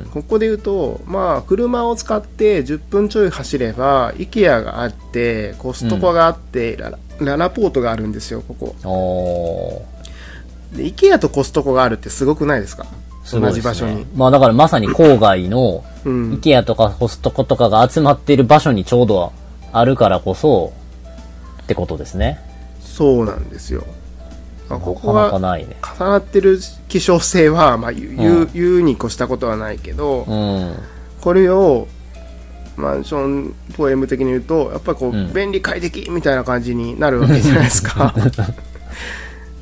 ここで言うとまあ車を使ってじゅっぷんちょい走れば IKEA があってコストコがあって、うん、ラ, ララポートがあるんですよここ。おで IKEA とコストコがあるってすごくないですか？すごいですね。同じ場所に。 まあだからまさに郊外の IKEA とかコストコとかが集まっている場所にちょうどあるからこそってことですね。 そうなんですよ。 ここは重なってる希少性は、まあ、言う、うん、言うに越したことはないけど、うん、これをマンションポエム的に言うとやっぱりこう、うん、便利快適みたいな感じになるわけじゃないですか。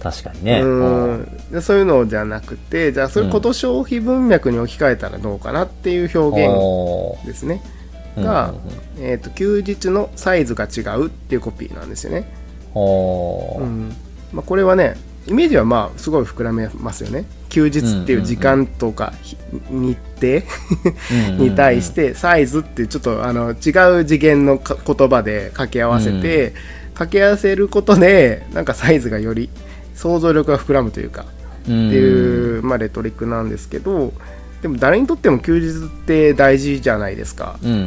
確かにね。 うんそういうのじゃなくて、じゃあそれこと消費文脈に置き換えたらどうかなっていう表現ですね。が、うんうんうんえーと、休日のサイズが違うっていうコピーなんですよね。うんまあ、これはね、イメージはまあすごい膨らめますよね。休日っていう時間とか、うんうんうん、日程に対してサイズっていうちょっとあの違う次元の言葉で掛け合わせて、うん、掛け合わせることでなんかサイズがより想像力が膨らむというか、うん、っていう、まあ、レトリックなんですけど、でも誰にとっても休日って大事じゃないですか、うんうんうん、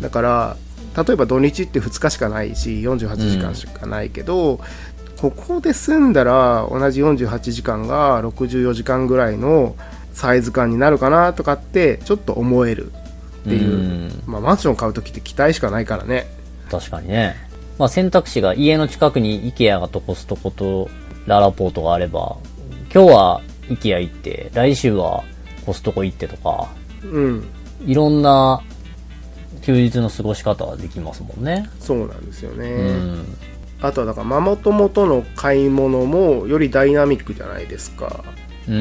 だから例えば土日ってふつかしかないしよんじゅうはちじかんしかないけど、うん、ここで住んだら同じよんじゅうはちじかんがろくじゅうよじかんぐらいのサイズ感になるかなとかってちょっと思えるっていう、うんまあ、マンション買うときって期待しかないからね。 確かにね、まあ、選択肢が家の近くに IKEA がとコストコとララポートがあれば、今日は IKEA 行って来週はコストコ行ってとか、うん、いろんな休日の過ごし方ができますもんね。 そうなんですよね、うん、あとはだからママ友との買い物もよりダイナミックじゃないですか、うん、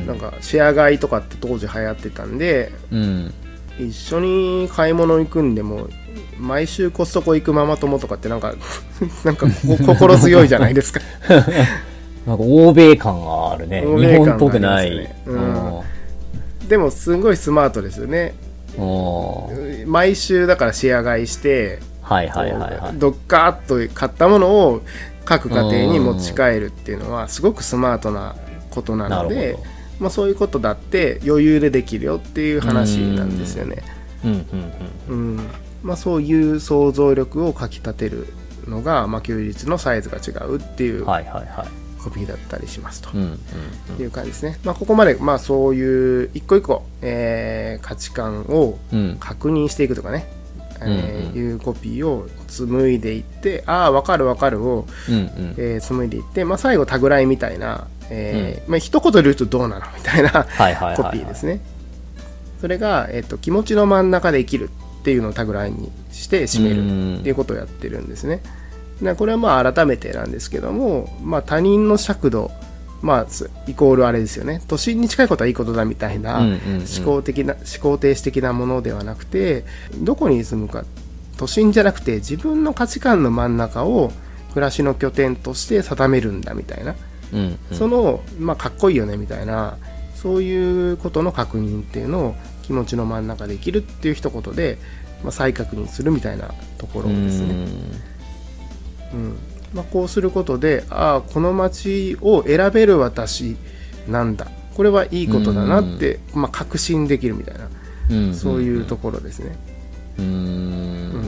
なんかシェア買いとかって当時流行ってたんで、うん、一緒に買い物行くんでも毎週コストコ行くママ友とかってなんかなんか心強いじゃないですかなんか欧米感があるね。日本っぽくない、ねうんうん、でもすごいスマートですよね。毎週だからシェア買いして、はいはいはいはい、どっかっと買ったものを各家庭に持ち帰るっていうのはすごくスマートなことなので、まあ、そういうことだって余裕でできるよっていう話なんですよね。うんうんうんうんまあ、そういう想像力をかきたてるのが、まあ、休日のサイズが違うっていう、はいはいはいコピーだったりしますと、うんうんうん、いう感じですね。まあ、ここまで、まあ、そういう一個一個、えー、価値観を確認していくとかね、うんえー、いうコピーを紡いでいって、ああ分かる分かるを、うんうんえー、紡いでいって、まあ、最後タグラインみたいな、えーうんまあ、一言で言うとどうなのみたいなコピーですね。それが、えーと、気持ちの真ん中で生きるっていうのをタグラインにして締めるっていうことをやってるんですね。これはまあ改めてなんですけども、まあ、他人の尺度、まあ、イコールあれですよね、都心に近いことはいいことだみたいな思考的な、思考停止的なものではなくて、どこに住むか都心じゃなくて自分の価値観の真ん中を暮らしの拠点として定めるんだみたいな、うんうん、その、まあ、かっこいいよねみたいな、そういうことの確認っていうのを気持ちの真ん中で生きるっていう一言で、まあ、再確認するみたいなところですね。うんまあ、こうすることで、ああこの街を選べる私なんだ、これはいいことだなって、まあ、確信できるみたいな、うん、そういうところですね。うん、うん、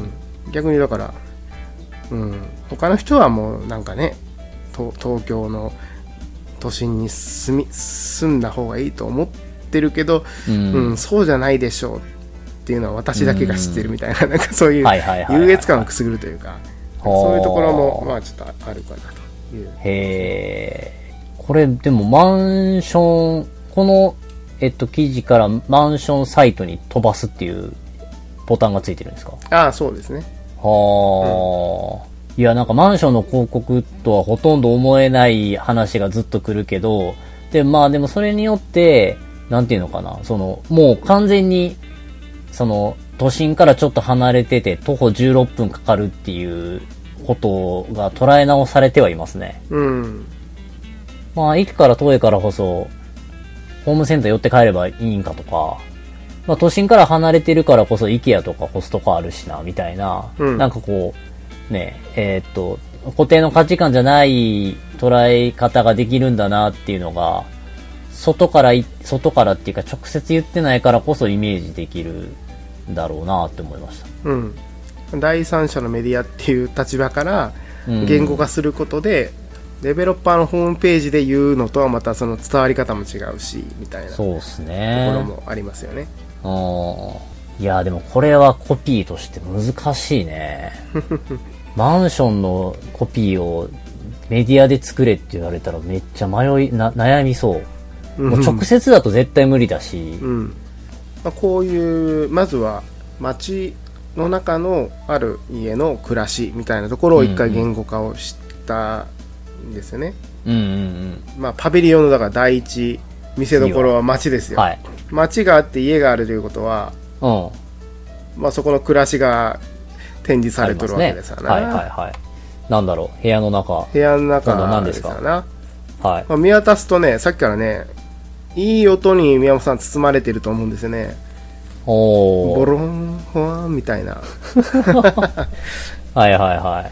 逆にだから、うん、他の人はもうなんかね、東京の都心に住み住んだ方がいいと思ってるけど、うんうん、そうじゃないでしょうっていうのは私だけが知ってるみたいな、なんかそういう優越感をくすぐるというか、そういうところもまあちょっとあるかなという。 へー、これでもマンション、このえっと記事からマンションサイトに飛ばすっていうボタンがついてるんですか？ ああ、そうですね。 はあ、うん、いやなんかマンションの広告とはほとんど思えない話がずっと来るけど、でまあでもそれによってなんていうのかな、そのもう完全にその都心からちょっと離れてて徒歩じゅうろっぷんかかるっていうことが捉え直されてはいますね。うん。まあ駅から遠いからこそホームセンター寄って帰ればいいんかとか、まあ都心から離れてるからこそ IKEA とかコストコあるしなみたいな、うん、なんかこうねえー、っと固定の価値観じゃない捉え方ができるんだなっていうのが外から外からっていうか直接言ってないからこそイメージできるだろうなって思いました。 うん。第三者のメディアっていう立場から言語化することで、うん、デベロッパーのホームページで言うのとはまたその伝わり方も違うしみたいなところもありますよね。 あいやでもこれはコピーとして難しいね。マンションのコピーをメディアで作れって言われたらめっちゃ迷いな悩みそう。もう直接だと絶対無理だし、うんまあ、こういうまずは街の中のある家の暮らしみたいなところを一回言語化をしたんですよね。 うんうんうん。 まあパビリオンのだから第一見せどころは街ですよ。はい、街があって家があるということは、うん、まあそこの暮らしが展示されてるわけですよね。 はいはいはい。なんだろう、部屋の中。 部屋の中なんですか。 はい。まあ、見渡すとね、さっきからね、いい音に宮本さん包まれてると思うんですよね。おボロンホワンみたいな。 はいはいはい。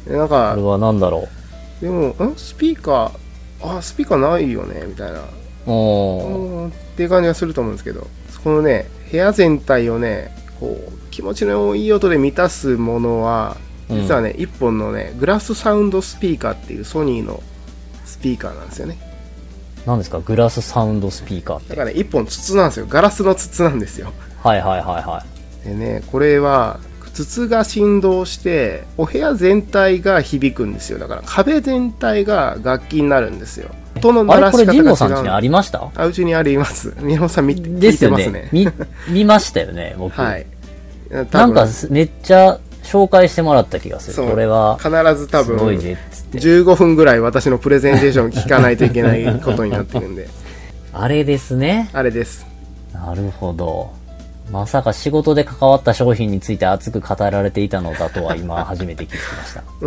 なんか、 これは何だろう。でも、んスピーカー、あ、スピーカーないよねみたいな。おっていう感じがすると思うんですけど、このね、部屋全体をね、こう、気持ちのいい音で満たすものは、実はね、うん、一本のね、グラスサウンドスピーカーっていうソニーのスピーカーなんですよね。 何ですか、グラスサウンドスピーカーって。 だからね、一本筒なんですよ。ガラスの筒なんですよ。 はいはいはいはい。 でね、これは筒が振動してお部屋全体が響くんですよ。だから壁全体が楽器になるんですよ。音の鳴らし方が違う。あれこれ神保さん家にありました？ あ、うちにあります。宮本さん見て、聞いてますね。 見見ましたよね、僕。 はい。 なんかめっちゃ紹介してもらった気がする。これは必ず多分じゅうごふんぐらい私のプレゼンテーション聞かないといけないことになってるんで。 あれですね。 あれです。 なるほど。まさか仕事で関わった商品について熱く語られていたのだとは今初めて気づきました。 うん。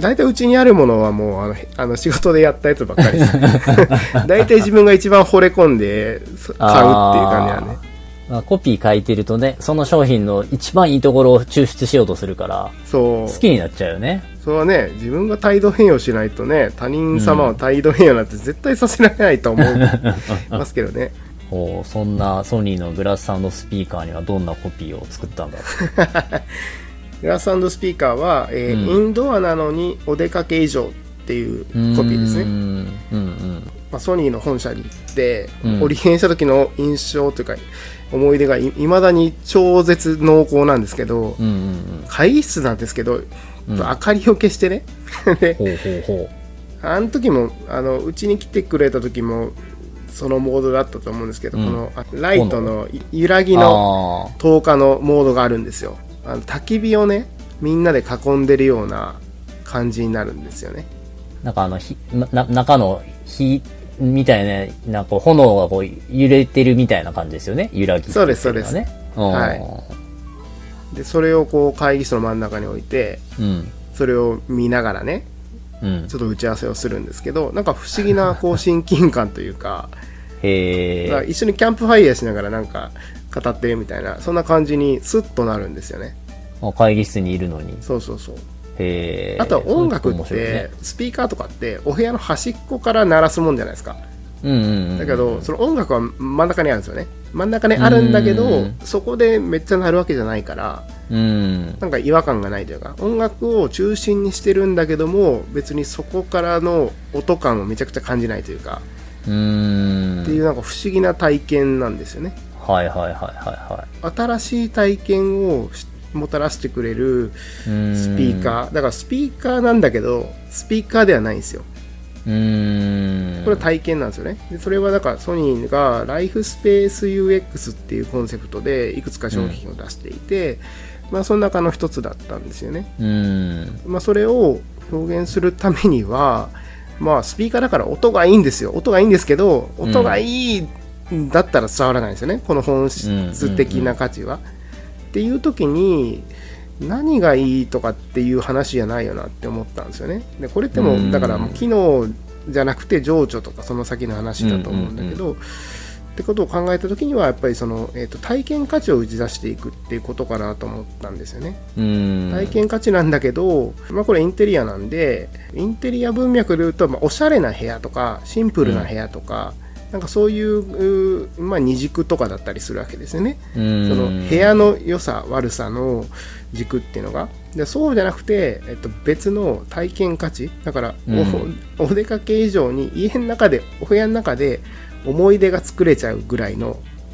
大体うちにあるものはもうあのあの仕事でやったやつばっかりです。大体自分が一番惚れ込んで買うっていう感じなんで。 まあ、コピー書いてるとね、その商品の一番いいところを抽出しようとするから、そう好きになっちゃうよね。 それはね、自分が態度変容しないとね、他人様は態度変容なんて絶対させられないと思いますけどね。 おそんなソニーのグラスサウンドスピーカーにはどんなコピーを作ったんだろう。グラスサウンドスピーカーは、えーうん、インドアなのにお出かけ以上っていうコピーですね。うんうんうんまあ、ソニーの本社に行って、うん、オリエンした時の印象というか思い出がいまだに超絶濃厚なんですけど、うんうんうん、会議室なんですけど、うん、明かりを消してねでほうほうほうあの時もあのうちに来てくれた時もそのモードだったと思うんですけど、うん、このライトの揺らぎの透過のモードがあるんですよ。あの焚き火をねみんなで囲んでるような感じになるんですよね。 なんかあのひな中の火みたいな、なんか炎がこう揺れてるみたいな感じですよね。揺らぎ、ね。 そうですそうです。はい。でそれをこう会議室の真ん中に置いて、うん、それを見ながらね、うん、ちょっと打ち合わせをするんですけど、なんか不思議なこう親近感というか、へー。一緒にキャンプファイヤーしながらなんか語ってみたいなそんな感じにスッとなるんですよね。 会議室にいるのに。 そうそうそう。 へあとは音楽ってスピーカーとかってお部屋の端っこから鳴らすもんじゃないですか。うんうんうん、だけどその音楽は真ん中にあるんですよね。真ん中にあるんだけどそこでめっちゃ鳴るわけじゃないからうんなんか違和感がないというか、音楽を中心にしてるんだけども別にそこからの音感をめちゃくちゃ感じないというかうーんっていうなんか不思議な体験なんですよね。 はいはいはいはいはい。 新しい体験をもたらしてくれるスピーカーだからスピーカーなんだけどスピーカーではないんですよ。うーんこれは体験なんですよね。でそれはだからソニーがライフスペース ユーエックス っていうコンセプトでいくつか商品を出していて、うんまあ、その中の一つだったんですよね。うんまあ、それを表現するためにはまあスピーカーだから音がいいんですよ。音がいいんですけど音がいいんだったら伝わらないんですよね、この本質的な価値は、うんうんうんっていう時に何がいいとかっていう話じゃないよなって思ったんですよね。でこれってもうだからもう機能じゃなくて情緒とかその先の話だと思うんだけど、うんうんうん、ってことを考えた時にはやっぱりその、えーと、体験価値を打ち出していくっていうことかなと思ったんですよね。うん体験価値なんだけど、まあ、これインテリアなんでインテリア文脈で言うと、まあ、おしゃれな部屋とかシンプルな部屋とか、うんなんかそういう、まあ、二軸とかだったりするわけですよね。その部屋の良さ悪さの軸っていうのがでそうじゃなくて、えっと、別の体験価値だから お, お出かけ以上に家の中でお部屋の中で思い出が作れちゃうぐらいの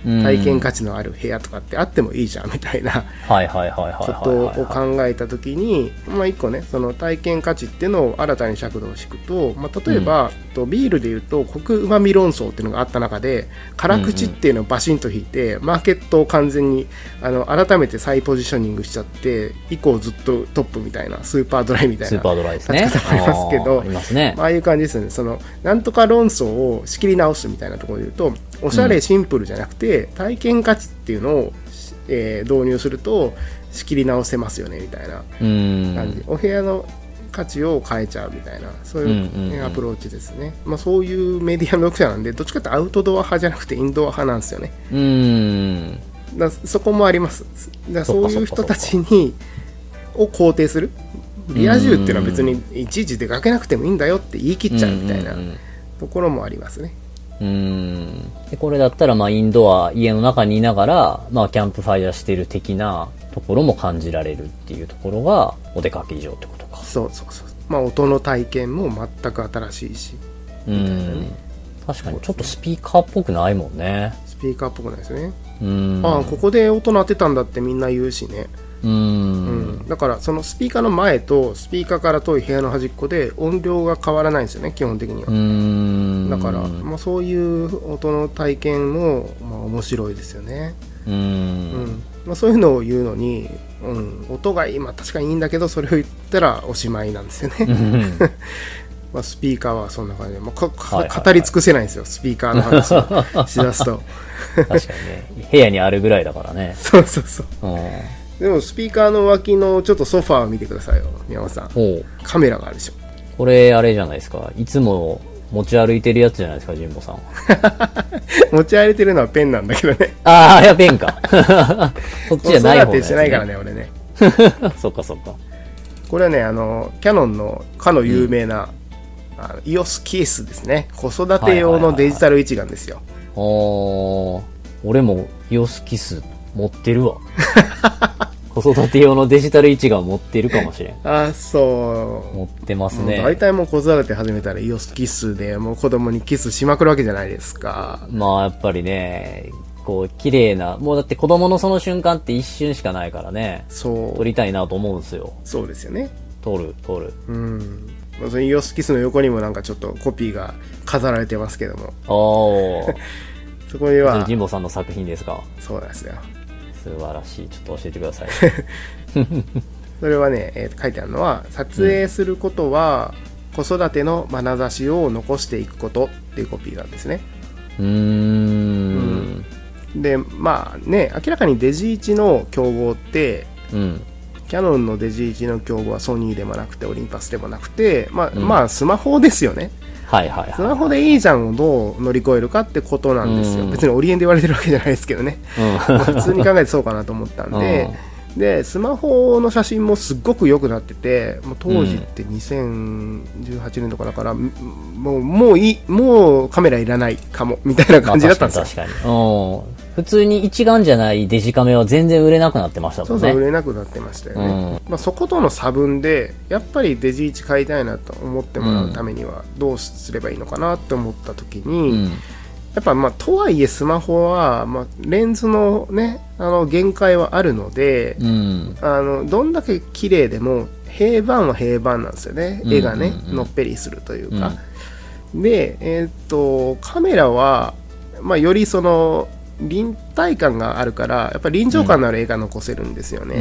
体験価値のある部屋とかってあってもいいじゃんみたいなことを考えた時に、まあ、一個ねその体験価値っていうのを新たに尺度を敷くと、まあ、例えば、うん、ビールでいうとコクうまみ論争っていうのがあった中で辛口っていうのをバシンと引いて、うんうん、マーケットを完全にあの改めて再ポジショニングしちゃって以降ずっとトップみたいなスーパードライみたいなスーパードライですね。 立ち方もありますけど、 あ, あ, りますね。 ああいう感じですね。そのなんとか論争を仕切り直すみたいなところで言うとおしゃれシンプルじゃなくて、うん、体験価値っていうのを、えー、導入すると仕切り直せますよねみたいな感じ。お部屋の価値を変えちゃうみたいなそういうアプローチですね。まあ、そういうメディアの読者なんでどっちかってアウトドア派じゃなくてインドア派なんですよね。 うーんだそこもあります。だそういう人たちにを肯定するリア充っていうのは別にいちいち出かけなくてもいいんだよって言い切っちゃうみたいなところもありますね。 うーんでこれだったらまあインドア家の中にいながら、まあ、キャンプファイヤーしてる的なところも感じられるっていうところがお出かけ以上ってことか。 そうそうそう。まあ音の体験も全く新しいしみたいなね。 確かにちょっとスピーカーっぽくないもんね。 スピーカーっぽくないですね。 うんああここで音鳴ってたんだってみんな言うしね。 うん、 うん、だからそのスピーカーの前とスピーカーから遠い部屋の端っこで音量が変わらないんですよね基本的には。 うんだから、まあ、そういう音の体験も、まあ、面白いですよね。 うん、 うんまあ、そういうのを言うのに、うん、音が今確かにいいんだけどそれを言ったらおしまいなんですよね。まあスピーカーはそんな感じで、まあかかはいはいはい、語り尽くせないんですよスピーカーの話をしだすと。 確かにね部屋にあるぐらいだからね。 そうそうそう。 うんでもスピーカーの脇のちょっとソファーを見てくださいよ宮本さん。カメラがあるでしょ。これあれじゃないですかいつも持ち歩いてるやつじゃないですか神保さん。 持ち歩いてるのはペンなんだけどね。 ああいやペンか。そっちじゃない方のやつ、ね、 してないからね俺ね。 そっかそっか。 これはねあのキャノンのかの有名な、うん、あの イオス ケースですね。子育て用のデジタル一眼ですよ。 お俺も イオス キス持ってるわ。子育て用のデジタル一眼持ってるかもしれん。 あそう持ってますね。 大体もう子育て始めたらイオスキスでもう子供にキスしまくるわけじゃないですか。 まあやっぱりねこう綺麗なもうだって子供のその瞬間って一瞬しかないからね。そう撮りたいなと思うんですよ。 そうですよね。 撮る撮るうんそのイオスキスの横にもなんかちょっとコピーが飾られてますけども。 おーそこには神保さんの作品ですか。 そうなんですよ。 素晴らしい。ちょっと教えてください。 それはね、えー、書いてあるのは撮影することは、うん、子育ての眼差しを残していくことっていうコピーなんですね。 うーん、 うん、でまあね明らかにデジイチの競合って、うん、キヤノンのデジイチの競合はソニーでもなくてオリンパスでもなくてまあ、うん、まあスマホですよね。 はいはいはいはい、 スマホでいいじゃんをどう乗り越えるかってことなんですよ。別にオリエンで言われてるわけじゃないですけどね、うん、普通に考えてそうかなと思ったんで、うん、でスマホの写真もすっごく良くなっててもう当時ってにせんじゅうはちねんとかだから、うん、もうもういいもうカメラいらないかもみたいな感じだったんですよ。 確かに確かに普通に一眼じゃないデジカメは全然売れなくなってましたもんね。 そうそう売れなくなってましたよね、うんまあ、そことの差分でやっぱりデジイチ買いたいなと思ってもらうためにはどうすればいいのかなって思った時に、うん、やっぱまあとはいえスマホは、まあ、レンズのねあの限界はあるので、うん、あのどんだけ綺麗でも平板は平板なんですよね。絵がね、うんうんうん、のっぺりするというか、うん、で、えー、っとカメラは、まあ、よりその臨体感があるからやっぱり臨場感のある絵が残せるんですよね、うん、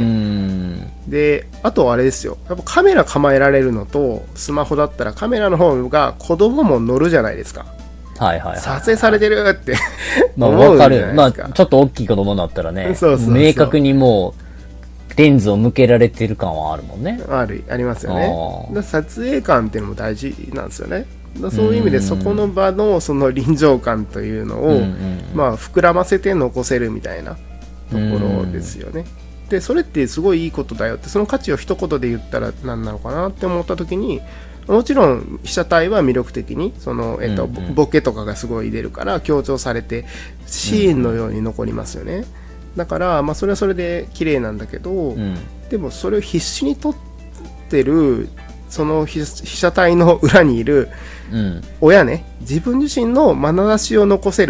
であとあれですよやっぱカメラ構えられるのとスマホだったらカメラの方が子供も乗るじゃないですか。 はいはいはいはい、 撮影されてるってまあ分かる。まあちょっと大きい子供だったらねそうそうそう明確にもうレンズを向けられてる感はあるもんね。あるありますよね。だ撮影感っていうのも大事なんですよね。だそういう意味でそこの場のその臨場感というのを、うんうん、まあ膨らませて残せるみたいなところですよね。でそれってすごいいいことだよってその価値を一言で言ったら何なのかなって思った時にもちろん被写体は魅力的にその、えっとうんうん、ボケとかがすごい出るから強調されてシーンのように残りますよね、うんうん、だから、まあ、それはそれで綺麗なんだけど、うん、でもそれを必死に撮ってるその被写体の裏にいる親ね、自分自身の眼差しを残せるっ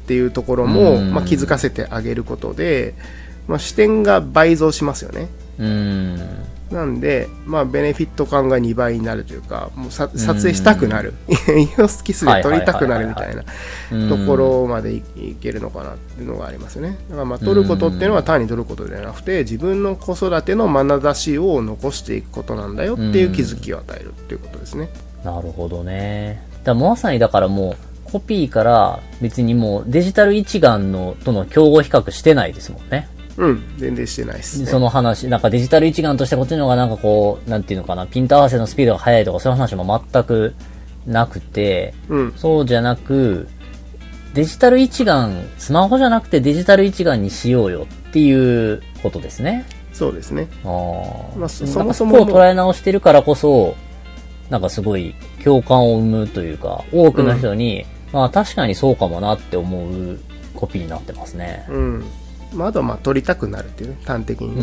っていうところも、まあ、気づかせてあげることで、まあ、視点が倍増しますよね。 うんなんで、まあ、ベネフィット感がにばいになるというか、もうさ撮影したくなる、イオスキスで撮りたくなるみたいなところまでいけるのかなっていうのがありますよね。だからまあ撮ることっていうのは単に撮ることではなくて、自分の子育ての眼差しを残していくことなんだよっていう気づきを与えるっていうことですね。 なるほどね。だまさにだからもうコピーから別にもうデジタル一眼のとの競合比較してないですもんね。 うん、全然してないです、ね。 その話、なんかデジタル一眼としてこっちの方がなんかこう、なんていうのかな、ピント合わせのスピードが速いとかそういう話も全くなくて、 うん、 そうじゃなく、デジタル一眼、スマホじゃなくてデジタル一眼にしようよっていうことですね。 そうですね。 ああ。 まあ、そそもそも。 そこを捉え直してるからこそ、なんかすごい共感を生むというか、多くの人に、うん、まあ確かにそうかもなって思うコピーになってますね。 うん。まあ、あとはまあ撮りたくなるっていうね、端的にね。 うん。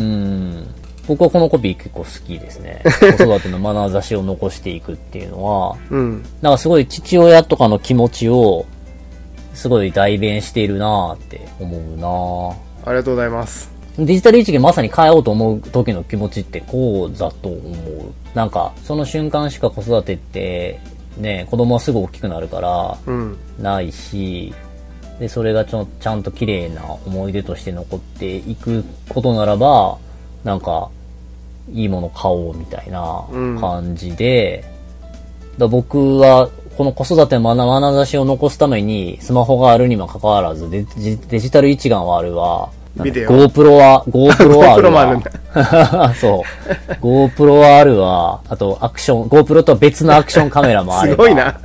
僕はこのコピー結構好きですね。子育ての眼差しを残していくっていうのは、 うん。 なんかすごい父親とかの気持ちを、すごい代弁しているなーって思うな。 ありがとうございます。 デジタル一元まさに変えようと思う時の気持ちってこうだと思う。なんか、その瞬間しか子育てって、ね、子供はすぐ大きくなるから、ないし、うん、で、それがちょ、ちゃんと綺麗な思い出として残っていくことならば、なんか、いいもの買おうみたいな感じで、うん、だ僕は、この子育ての眼差しを残すために、スマホがあるにもかかわらず、デジ、デジタル一眼はあるわ。 ビデオ GoPro は、GoPro はあるわ。 GoPro もあるんだ。 そう。GoPro はあるわ。あと、アクション、GoPro と別のアクションカメラもあるわ。 すごいな。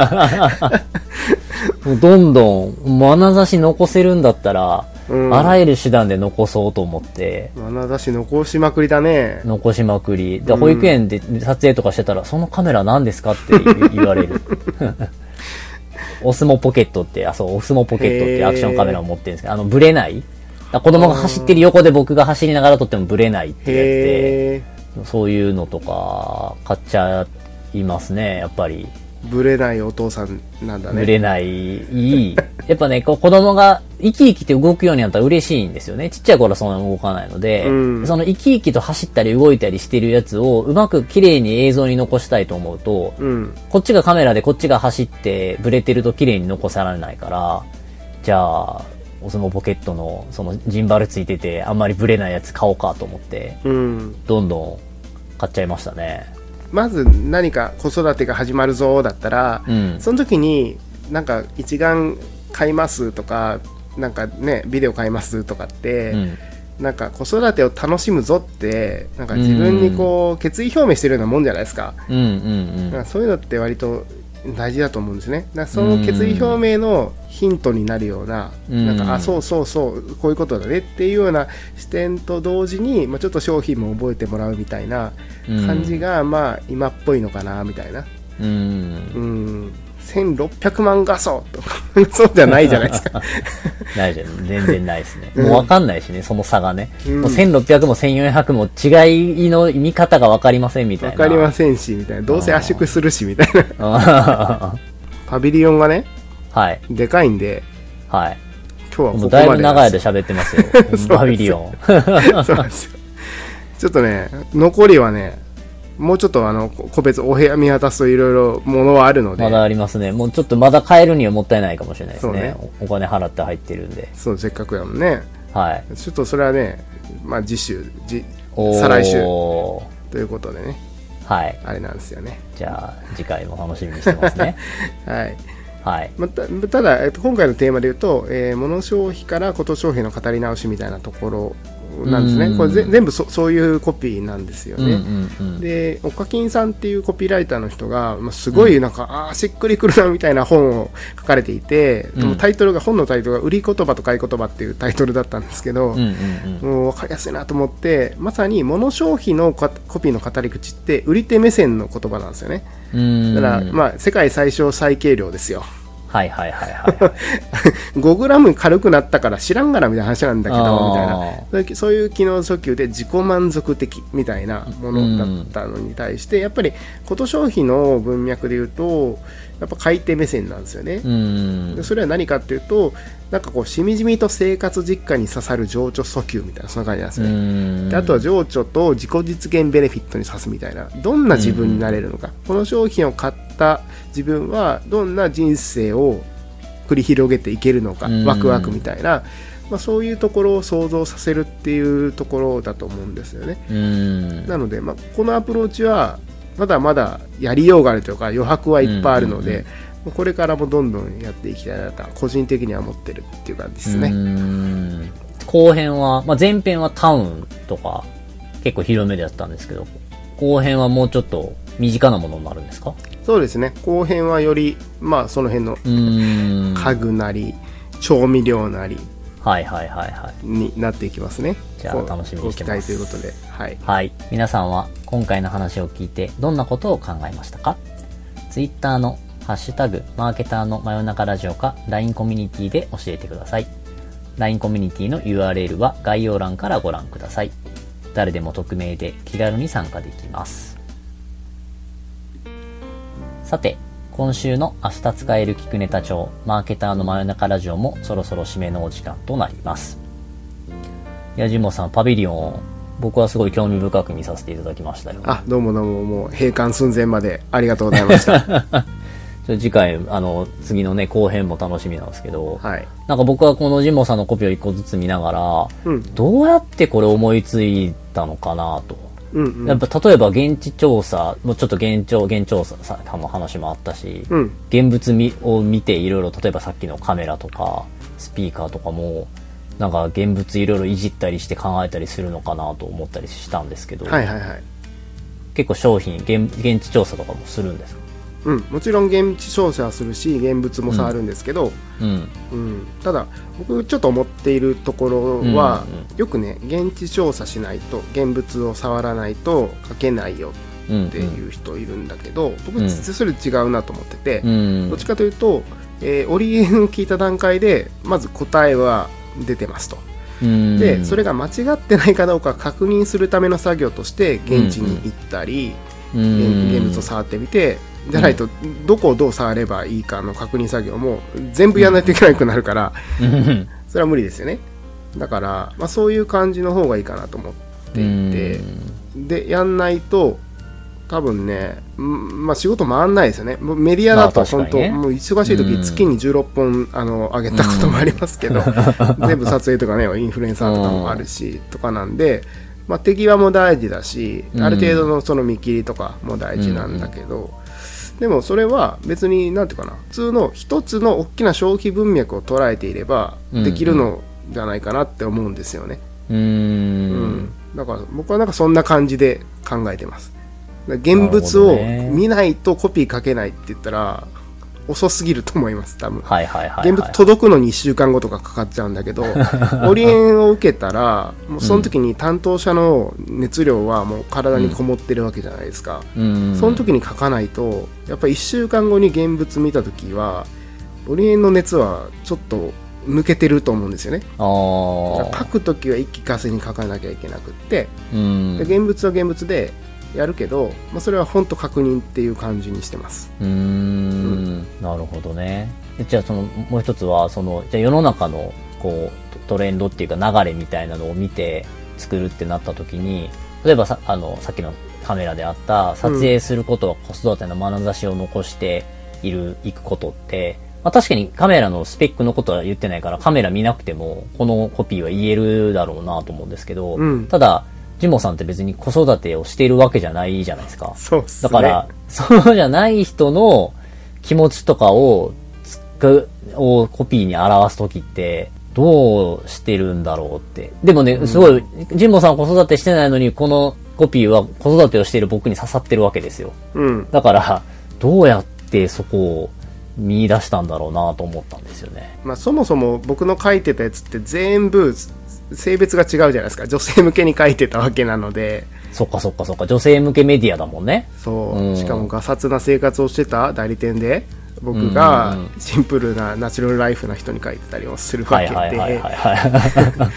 もうどんどん、眼差し残せるんだったら、うん、あらゆる手段で残そうと思って。 眼差し残しまくりだね。 残しまくり。で、保育園で撮影とかしてたら、そのカメラ何ですかって言われる。オスモポケットって、あ、そう、オスモポケットってアクションカメラを持ってるんですけど、あの、ブレない子供が走ってる横で僕が走りながら撮ってもブレないってやつで、そういうのとか買っちゃいますね、やっぱり。 ブレないお父さんなんだね。 ブレない、いい。やっぱね、こう子供が生き生きて動くようになったら嬉しいんですよね。ちっちゃい頃はそんなに動かないので、うん、その生き生きと走ったり動いたりしてるやつをうまく綺麗に映像に残したいと思うと、うん、こっちがカメラでこっちが走ってブレてると綺麗に残されないから、じゃあ、オスモポケットのそのジンバルついててあんまりブレないやつ買おうかと思って、うん、どんどん買っちゃいましたね。 まず何か子育てが始まるぞだったら、うん、その時になんか一眼買いますとかなんかねビデオ買いますとかって、うん、なんか子育てを楽しむぞってなんか自分にこう決意表明してるようなもんじゃないですか。うんうんうん、なんかそういうのって割と大事だと思うんですね。だからその決意表明のヒントになるような、うん、なんかあそうそうそうこういうことだねっていうような視点と同時に、まあ、ちょっと商品も覚えてもらうみたいな感じが、うん、まあ今っぽいのかなみたいな。うん、うんせんろっぴゃくまん画素とかそうじゃないじゃないですか。 ないじゃん全然ないですね。もう分かんないしね、その差がね、うん、もうせんろっぴゃくもせんよんひゃくも違いの見方が分かりませんみたいな。 分かりませんしみたいな、どうせ圧縮するしみたいな。パビリオンがね、はい、でかいんで、はい、今日はここまでだいぶ長い間喋ってますよ。パビリオン。 そうなんですよ。ちょっとね残りはねもうちょっとあの個別お部屋見渡すといろいろものはあるので、 まだありますね。もうちょっとまだ買えるにはもったいないかもしれないです ね, ね お, お金払って入ってるんで。 そうせっかくやもんね。 はい。 ちょっとそれはねまあ次週次再来週ということでね。はい。あれなんですよね。 じゃあ次回も楽しみにしてますね。 はい。はい。またただ、えっと、今回のテーマで言うと、えー、物消費からこと消費の語り直しみたいなところなんですね。これぜ全部 そ, そういうコピーなんですよね。うんうんうん、でおかきんさんっていうコピーライターの人が、まあ、すごいなんか、うん、ああしっくりくるなみたいな本を書かれていて、うん、タイトルが本のタイトルが売り言葉と買い言葉っていうタイトルだったんですけど、うんうんうん、もう分かりやすいなと思って、まさに物消費のコピーの語り口って売り手目線の言葉なんですよね。うんだからまあ世界最小最軽量ですよ。 はいはいはいはい、はい、 ごグラム 軽くなったから知らんがなみたいな話なんだけどみたいな、そういう機能訴求で自己満足的みたいなものだったのに対して、やっぱりこと消費の文脈で言うとやっぱ買い手目線なんですよね。うんでそれは何かっていうと、 なんかこうしみじみと生活実感に刺さる情緒訴求みたいな、そんな感じなんですね。であとは情緒と自己実現ベネフィットに刺すみたいな、どんな自分になれるのか、この商品を買った自分はどんな人生を繰り広げていけるのか、ワクワクみたいな、まあ、そういうところを想像させるっていうところだと思うんですよね。なので、まあ、このアプローチはまだまだやりようがあるというか余白はいっぱいあるので、これからもどんどんやっていきたいなと個人的には思ってるっていう感じですね。 うーん、後編は、まあ、前編はタウンとか結構広めでやったんですけど、後編はもうちょっと身近なものになるんですか？ そうですね、後編はより、まあ、その辺の家具なり調味料なりはいはいはいはいになっていきますね。 じゃあ楽しみにしてます。 ご期待ということで、はい、 はい、皆さんは今回の話を聞いてどんなことを考えましたか？ Twitter のハッシュタグマーケターの真夜中ラジオか ライン コミュニティで教えてください。 ライン コミュニティの ユーアールエル は概要欄からご覧ください。誰でも匿名で気軽に参加できます。さて、今週の明日使える聞くネタ帳マーケターの真夜中ラジオもそろそろ締めのお時間となります。矢島さん、パビリオン僕はすごい興味深く見させていただきましたよ。 あ、どうもどうも、もう閉館寸前までありがとうございました次回あの次のね後編も楽しみなんですけど、 はい、 なんか僕はこのジモさんのコピーを一個ずつ見ながら、うん、どうやってこれ思いついたのかなと、うんうん、やっぱ例えば現地調査もうちょっと現調現調査の話もあったし、うん、現物を見ていろいろ、例えばさっきのカメラとかスピーカーとかもなんか現物いろいろいじったりして考えたりするのかなと思ったりしたんですけど、 はいはいはい、 結構商品 現, 現地調査とかもするんですか？ うん、もちろん現地調査はするし現物も触るんですけど、うんうん、ただ僕ちょっと思っているところは、うんうん、よくね現地調査しないと現物を触らないと書けないよっていう人いるんだけど、うんうん、僕それ違うなと思ってて、うん、どっちかというと、えー、オリエンを聞いた段階でまず答えは出てますと、うん、でそれが間違ってないかどうか確認するための作業として現地に行ったり、うんうん、現物を触ってみてじゃないとどこをどう触ればいいかの確認作業も全部やらないといけなくなるから、うん、それは無理ですよね。だから、まあ、そういう感じの方がいいかなと思っていて、でやんないと多分ね、まあ、仕事回んないですよね。メディアだと本当、まあね、もう忙しい時月にじゅうろっぽんあの上げたこともありますけど全部撮影とかねインフルエンサーとかもあるしとかなんで、まあ、手際も大事だしある程度のその見切りとかも大事なんだけど、でもそれは別になんていうかな、普通の一つの大きな消費文脈を捉えていればできるのじゃないかなって思うんですよね。うーん、うん、だから僕はなんかそんな感じで考えてます。現物を見ないとコピー書けないって言ったら遅すぎると思います多分、はいはいはいはい、現物届くのにいっしゅうかんごとかかかっちゃうんだけどオリエンを受けたらもうその時に担当者の熱量はもう体にこもってるわけじゃないですか、うん、その時に書かないとやっぱりいっしゅうかんごに現物見た時はオリエンの熱はちょっと抜けてると思うんですよね。あ、書く時は一気呵成に書かなきゃいけなくって、うん、で現物は現物でやるけど、まあ、それは本当確認っていう感じにしてます。 うーん、うん、なるほどね。じゃあそのもう一つはそのじゃあ世の中のこうトレンドっていうか流れみたいなのを見て作るってなった時に、例えばさあのさっきのカメラであった撮影することは子育ての眼差しを残している、いくことって、まあ、確かにカメラのスペックのことは言ってないからカメラ見なくてもこのコピーは言えるだろうなと思うんですけど、うん、ただジモさんって別に子育てをしているわけじゃないじゃないですか。 そうっすね。 だからそうじゃない人の気持ちとかをつくをコピーに表すときってどうしてるんだろうって。でもね、すごい、うん、ジモさん子育てしてないのにこのコピーは子育てをしている僕に刺さってるわけですよ。うん、だからどうやってそこを見出したんだろうなと思ったんですよね。 まあそもそも僕の書いてたやつって全部性別が違うじゃないですか。女性向けに書いてたわけなので。 そっかそっかそっか、女性向けメディアだもんね。 そう、うん、しかもガサツな生活をしてた代理店で僕がシンプルなナチュラルライフな人に書いてたりもするわけで、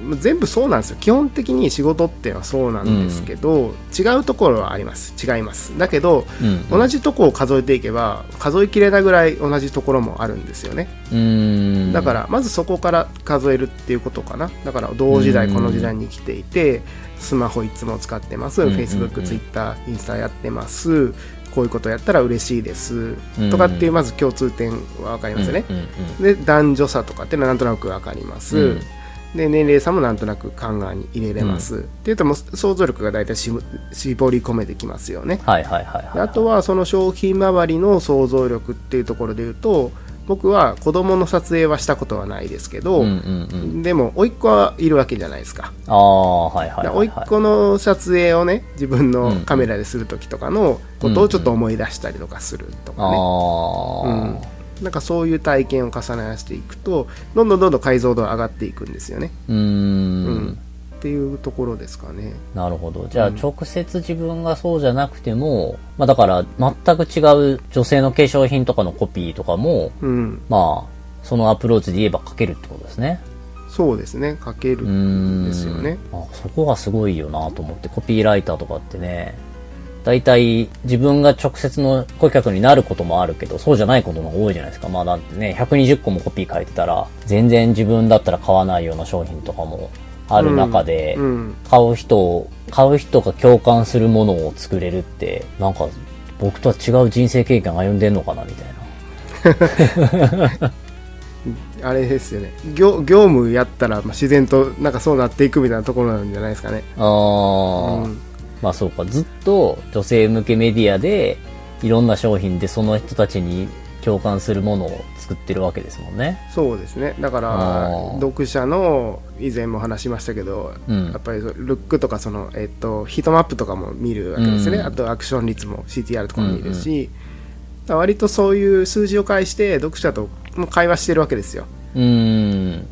全部そうなんですよ。基本的に仕事っていうのはそうなんですけど、うん、違うところはあります。違います。だけど、うんうん、同じところを数えていけば数えきれないぐらい同じところもあるんですよね。 うーん、 だからまずそこから数えるっていうことかな。だから同時代この時代に来ていて、スマホいつも使ってます、うんうんうん、Facebook、Twitter、インスタやってます、こういうことやったら嬉しいです、うん、とかっていうまず共通点は分かりますね、うんうんうん、で男女差とかっていうのはなんとなく分かります、うん、で年齢差もなんとなく考えに入れれます、うん、っていうともう想像力が大体し絞り込めてきますよね。 はいはいはいはい、 あとはその商品周りの想像力っていうところでいうと、僕は子供の撮影はしたことはないですけど、うんうんうん、でも甥っ子はいるわけじゃないですか。 ああ、はいはいはいはい、 甥っ子の撮影をね自分のカメラでする時とかのことをちょっと思い出したりとかするとかね、うんうん、なんかそういう体験を重ねしていくとどんどんどんどん解像度が上がっていくんですよね。 うーん、うんっていうところですかね。 なるほど。じゃあ直接自分がそうじゃなくても、うん、まあだから全く違う女性の化粧品とかのコピーとかも、うん、まあそのアプローチで言えば書けるってことですね。 そうですね、書けるんですよね。 あ、そこがすごいよなと思って。コピーライターとかってね、だいたい自分が直接の顧客になることもあるけど、そうじゃないことの方が多いじゃないですか。まあだってね、ひゃくにじゅっこもコピー書いてたら全然自分だったら買わないような商品とかもある中で、うんうん、買う人を買う人が共感するものを作れるって、なんか僕とは違う人生経験歩んでんのかなみたいなあれですよね、 業, 業務やったら自然となんかそうなっていくみたいなところなんじゃないですかね。 ああ、うん、まあそうか、ずっと女性向けメディアでいろんな商品でその人たちに共感するものを作ってるわけですもんね。 そうですね。だから読者の以前も話しましたけど、うん、やっぱりルックとかその、えっと、ヒートマップとかも見るわけですね、うん、あとアクション率も シーティーアール とかも見るし、うんうん、割とそういう数字を介して読者とも会話してるわけですよ。 うん、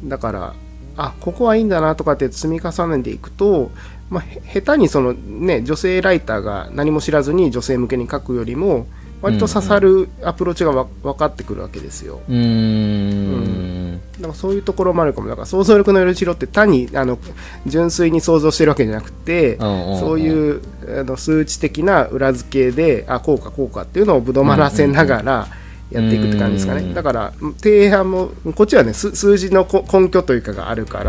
だからあ、ここはいいんだなとかって積み重ねていくと、まあ、下手にその、ね、女性ライターが何も知らずに女性向けに書くよりも割と刺さるアプローチがわ分かってくるわけですよ。 うーん、うん、 だからそういうところもあるかも。だから想像力のよりしろって単にあの純粋に想像してるわけじゃなくて、うんうんうん、そういうあの数値的な裏付けであこうかこうかっていうのをぶどまらせながらやっていくって感じですかね、うんうんうん、だから提案もこっちはね数字の根拠というかがあるから、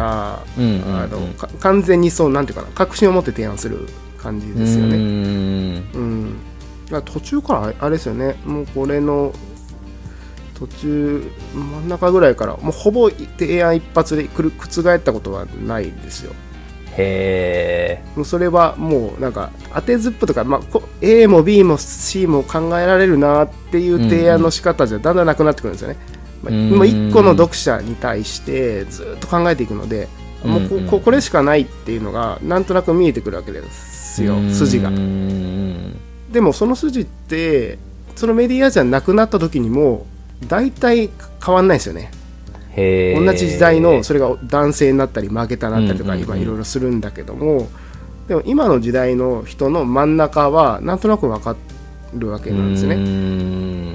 うんうんうん、あの完全にそうなんていうかな確信を持って提案する感じですよね。うん、うん途中からあれですよね、もうこれの途中真ん中ぐらいからもうほぼ提案一発でくる覆ったことはないですよ。 へー、もうそれはもうなんか当てずっぽとか、まあ、A も B も C も考えられるなっていう提案の仕方じゃだんだんなくなってくるんですよね、うんうん、まあ、いっこの読者に対してずっと考えていくので、もう こ, こ, これしかないっていうのがなんとなく見えてくるわけですよ、筋が。うんでもその筋ってそのメディアじゃなくなった時にも大体変わんないですよね。 へ同じ時代のそれが男性になったりマーケターになったりとか今いろいろするんだけども、うんうんうん、でも今の時代の人の真ん中はなんとなく分かるわけなんですね。うん、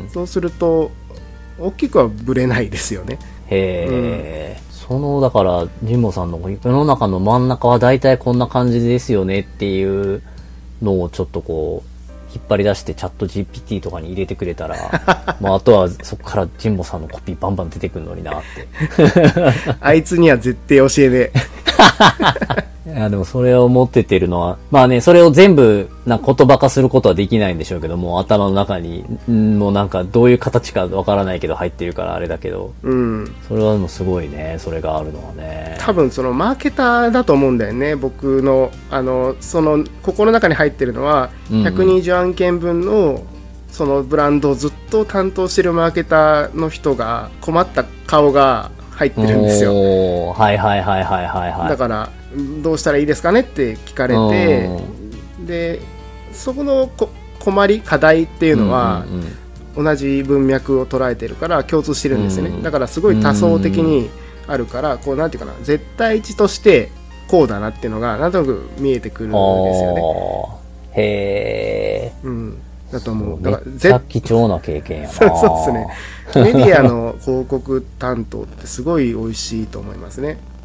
そうすると大きくはぶれないですよね。 へー、うん、そのだから神保さんの世の中の真ん中は大体こんな感じですよねっていうのをちょっとこう引っ張り出してチャット ジーピーティー とかに入れてくれたらまああとはそこから神保さんのコピーバンバン出てくるのになってあいつには絶対教えねえいやでもそれを持っててるのはまあね、それを全部な言葉化することはできないんでしょうけども、頭の中にんもうなんかどういう形かわからないけど入ってるからあれだけど、うん、それはでもすごいね、それがあるのはね。 多分そのマーケターだと思うんだよね。僕のあのそのここの中に入ってるのはひゃくにじゅうあんけんぶんのそのブランドをずっと担当してるマーケターの人が困った顔が入ってるんですよ。 はいはいはいはいはいはい。 だからどうしたらいいですかねって聞かれて、でそこのこ困り課題っていうのは、うんうんうん、同じ文脈を捉えてるから共通してるんですよね、うん、だからすごい多層的にあるから、こうなんていうかな、絶対値としてこうだなっていうのがなんとなく見えてくるんですよね。 へー、 うん、だと思う。 だからめっちゃ貴重な経験やな。 そうそうですね。メディアの広告担当ってすごい美味しいと思いますね。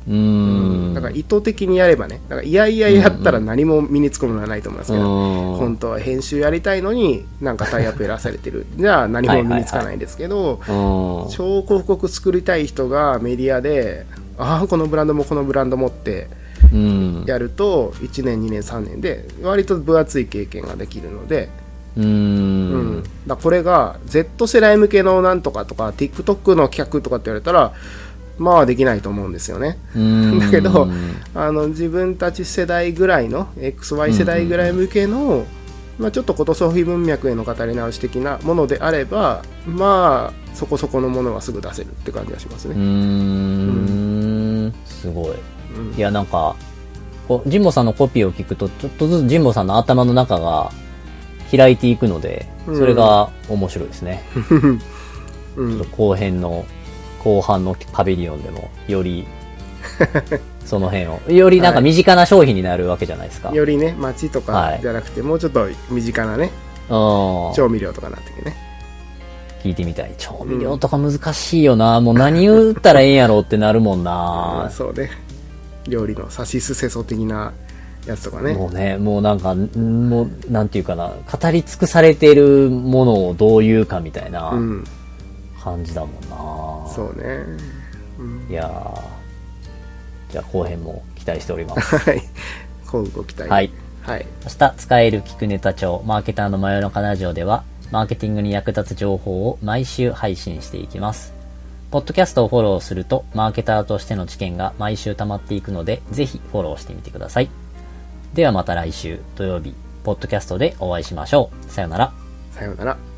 うーん。 だから意図的にやればね、だからいやいややったら何も身につくものはないと思いますけど、うんうん、本当は編集やりたいのになんかタイアップやらされてるじゃあ何も身につかないんですけど、はいはいはい、超広告作りたい人がメディアでああこのブランドもこのブランドもってやるといちねんにねんさんねんで割と分厚い経験ができるので、 うーん、うん、 だこれが Z 世代向けのなんとかとか TikTok の企画とかって言われたらまあできないと思うんですよね。だけどあの自分たち世代ぐらいの エックスワイ 世代ぐらい向けの、まあ、ちょっとことソフィ文脈への語り直し的なものであればまあそこそこのものはすぐ出せるって感じがしますね。 うーん、うん、すごい、うん、いやなんかこう神保さんのコピーを聞くとちょっとずつ神保さんの頭の中が開いていくのでそれが面白いですね、うん、ちょっと後編の後半のパビリオンでもよりその辺をよりなんか身近な商品になるわけじゃないですか、はい、 よりね街とかじゃなくて、はい、もうちょっと身近なね調味料とかなってね聞いてみたい。調味料とか難しいよな、うん、もう何言ったらええんやろってなるもんな、 うん、そうね料理のさしすせそ的なやつとかねもうねもうなんかもうなんていうかな語り尽くされているものをどう言うかみたいな、うん感じだもんな。 そうね、 うん、いやじゃあ後編も期待しておりますはいこうご期待はい、 はい、 明日使える聞くネタ帳マーケターの真夜中ラジオではマーケティングに役立つ情報を毎週配信していきます。ポッドキャストをフォローするとマーケターとしての知見が毎週溜まっていくのでぜひフォローしてみてください。ではまた来週土曜日ポッドキャストでお会いしましょう。さよなら。 さよなら。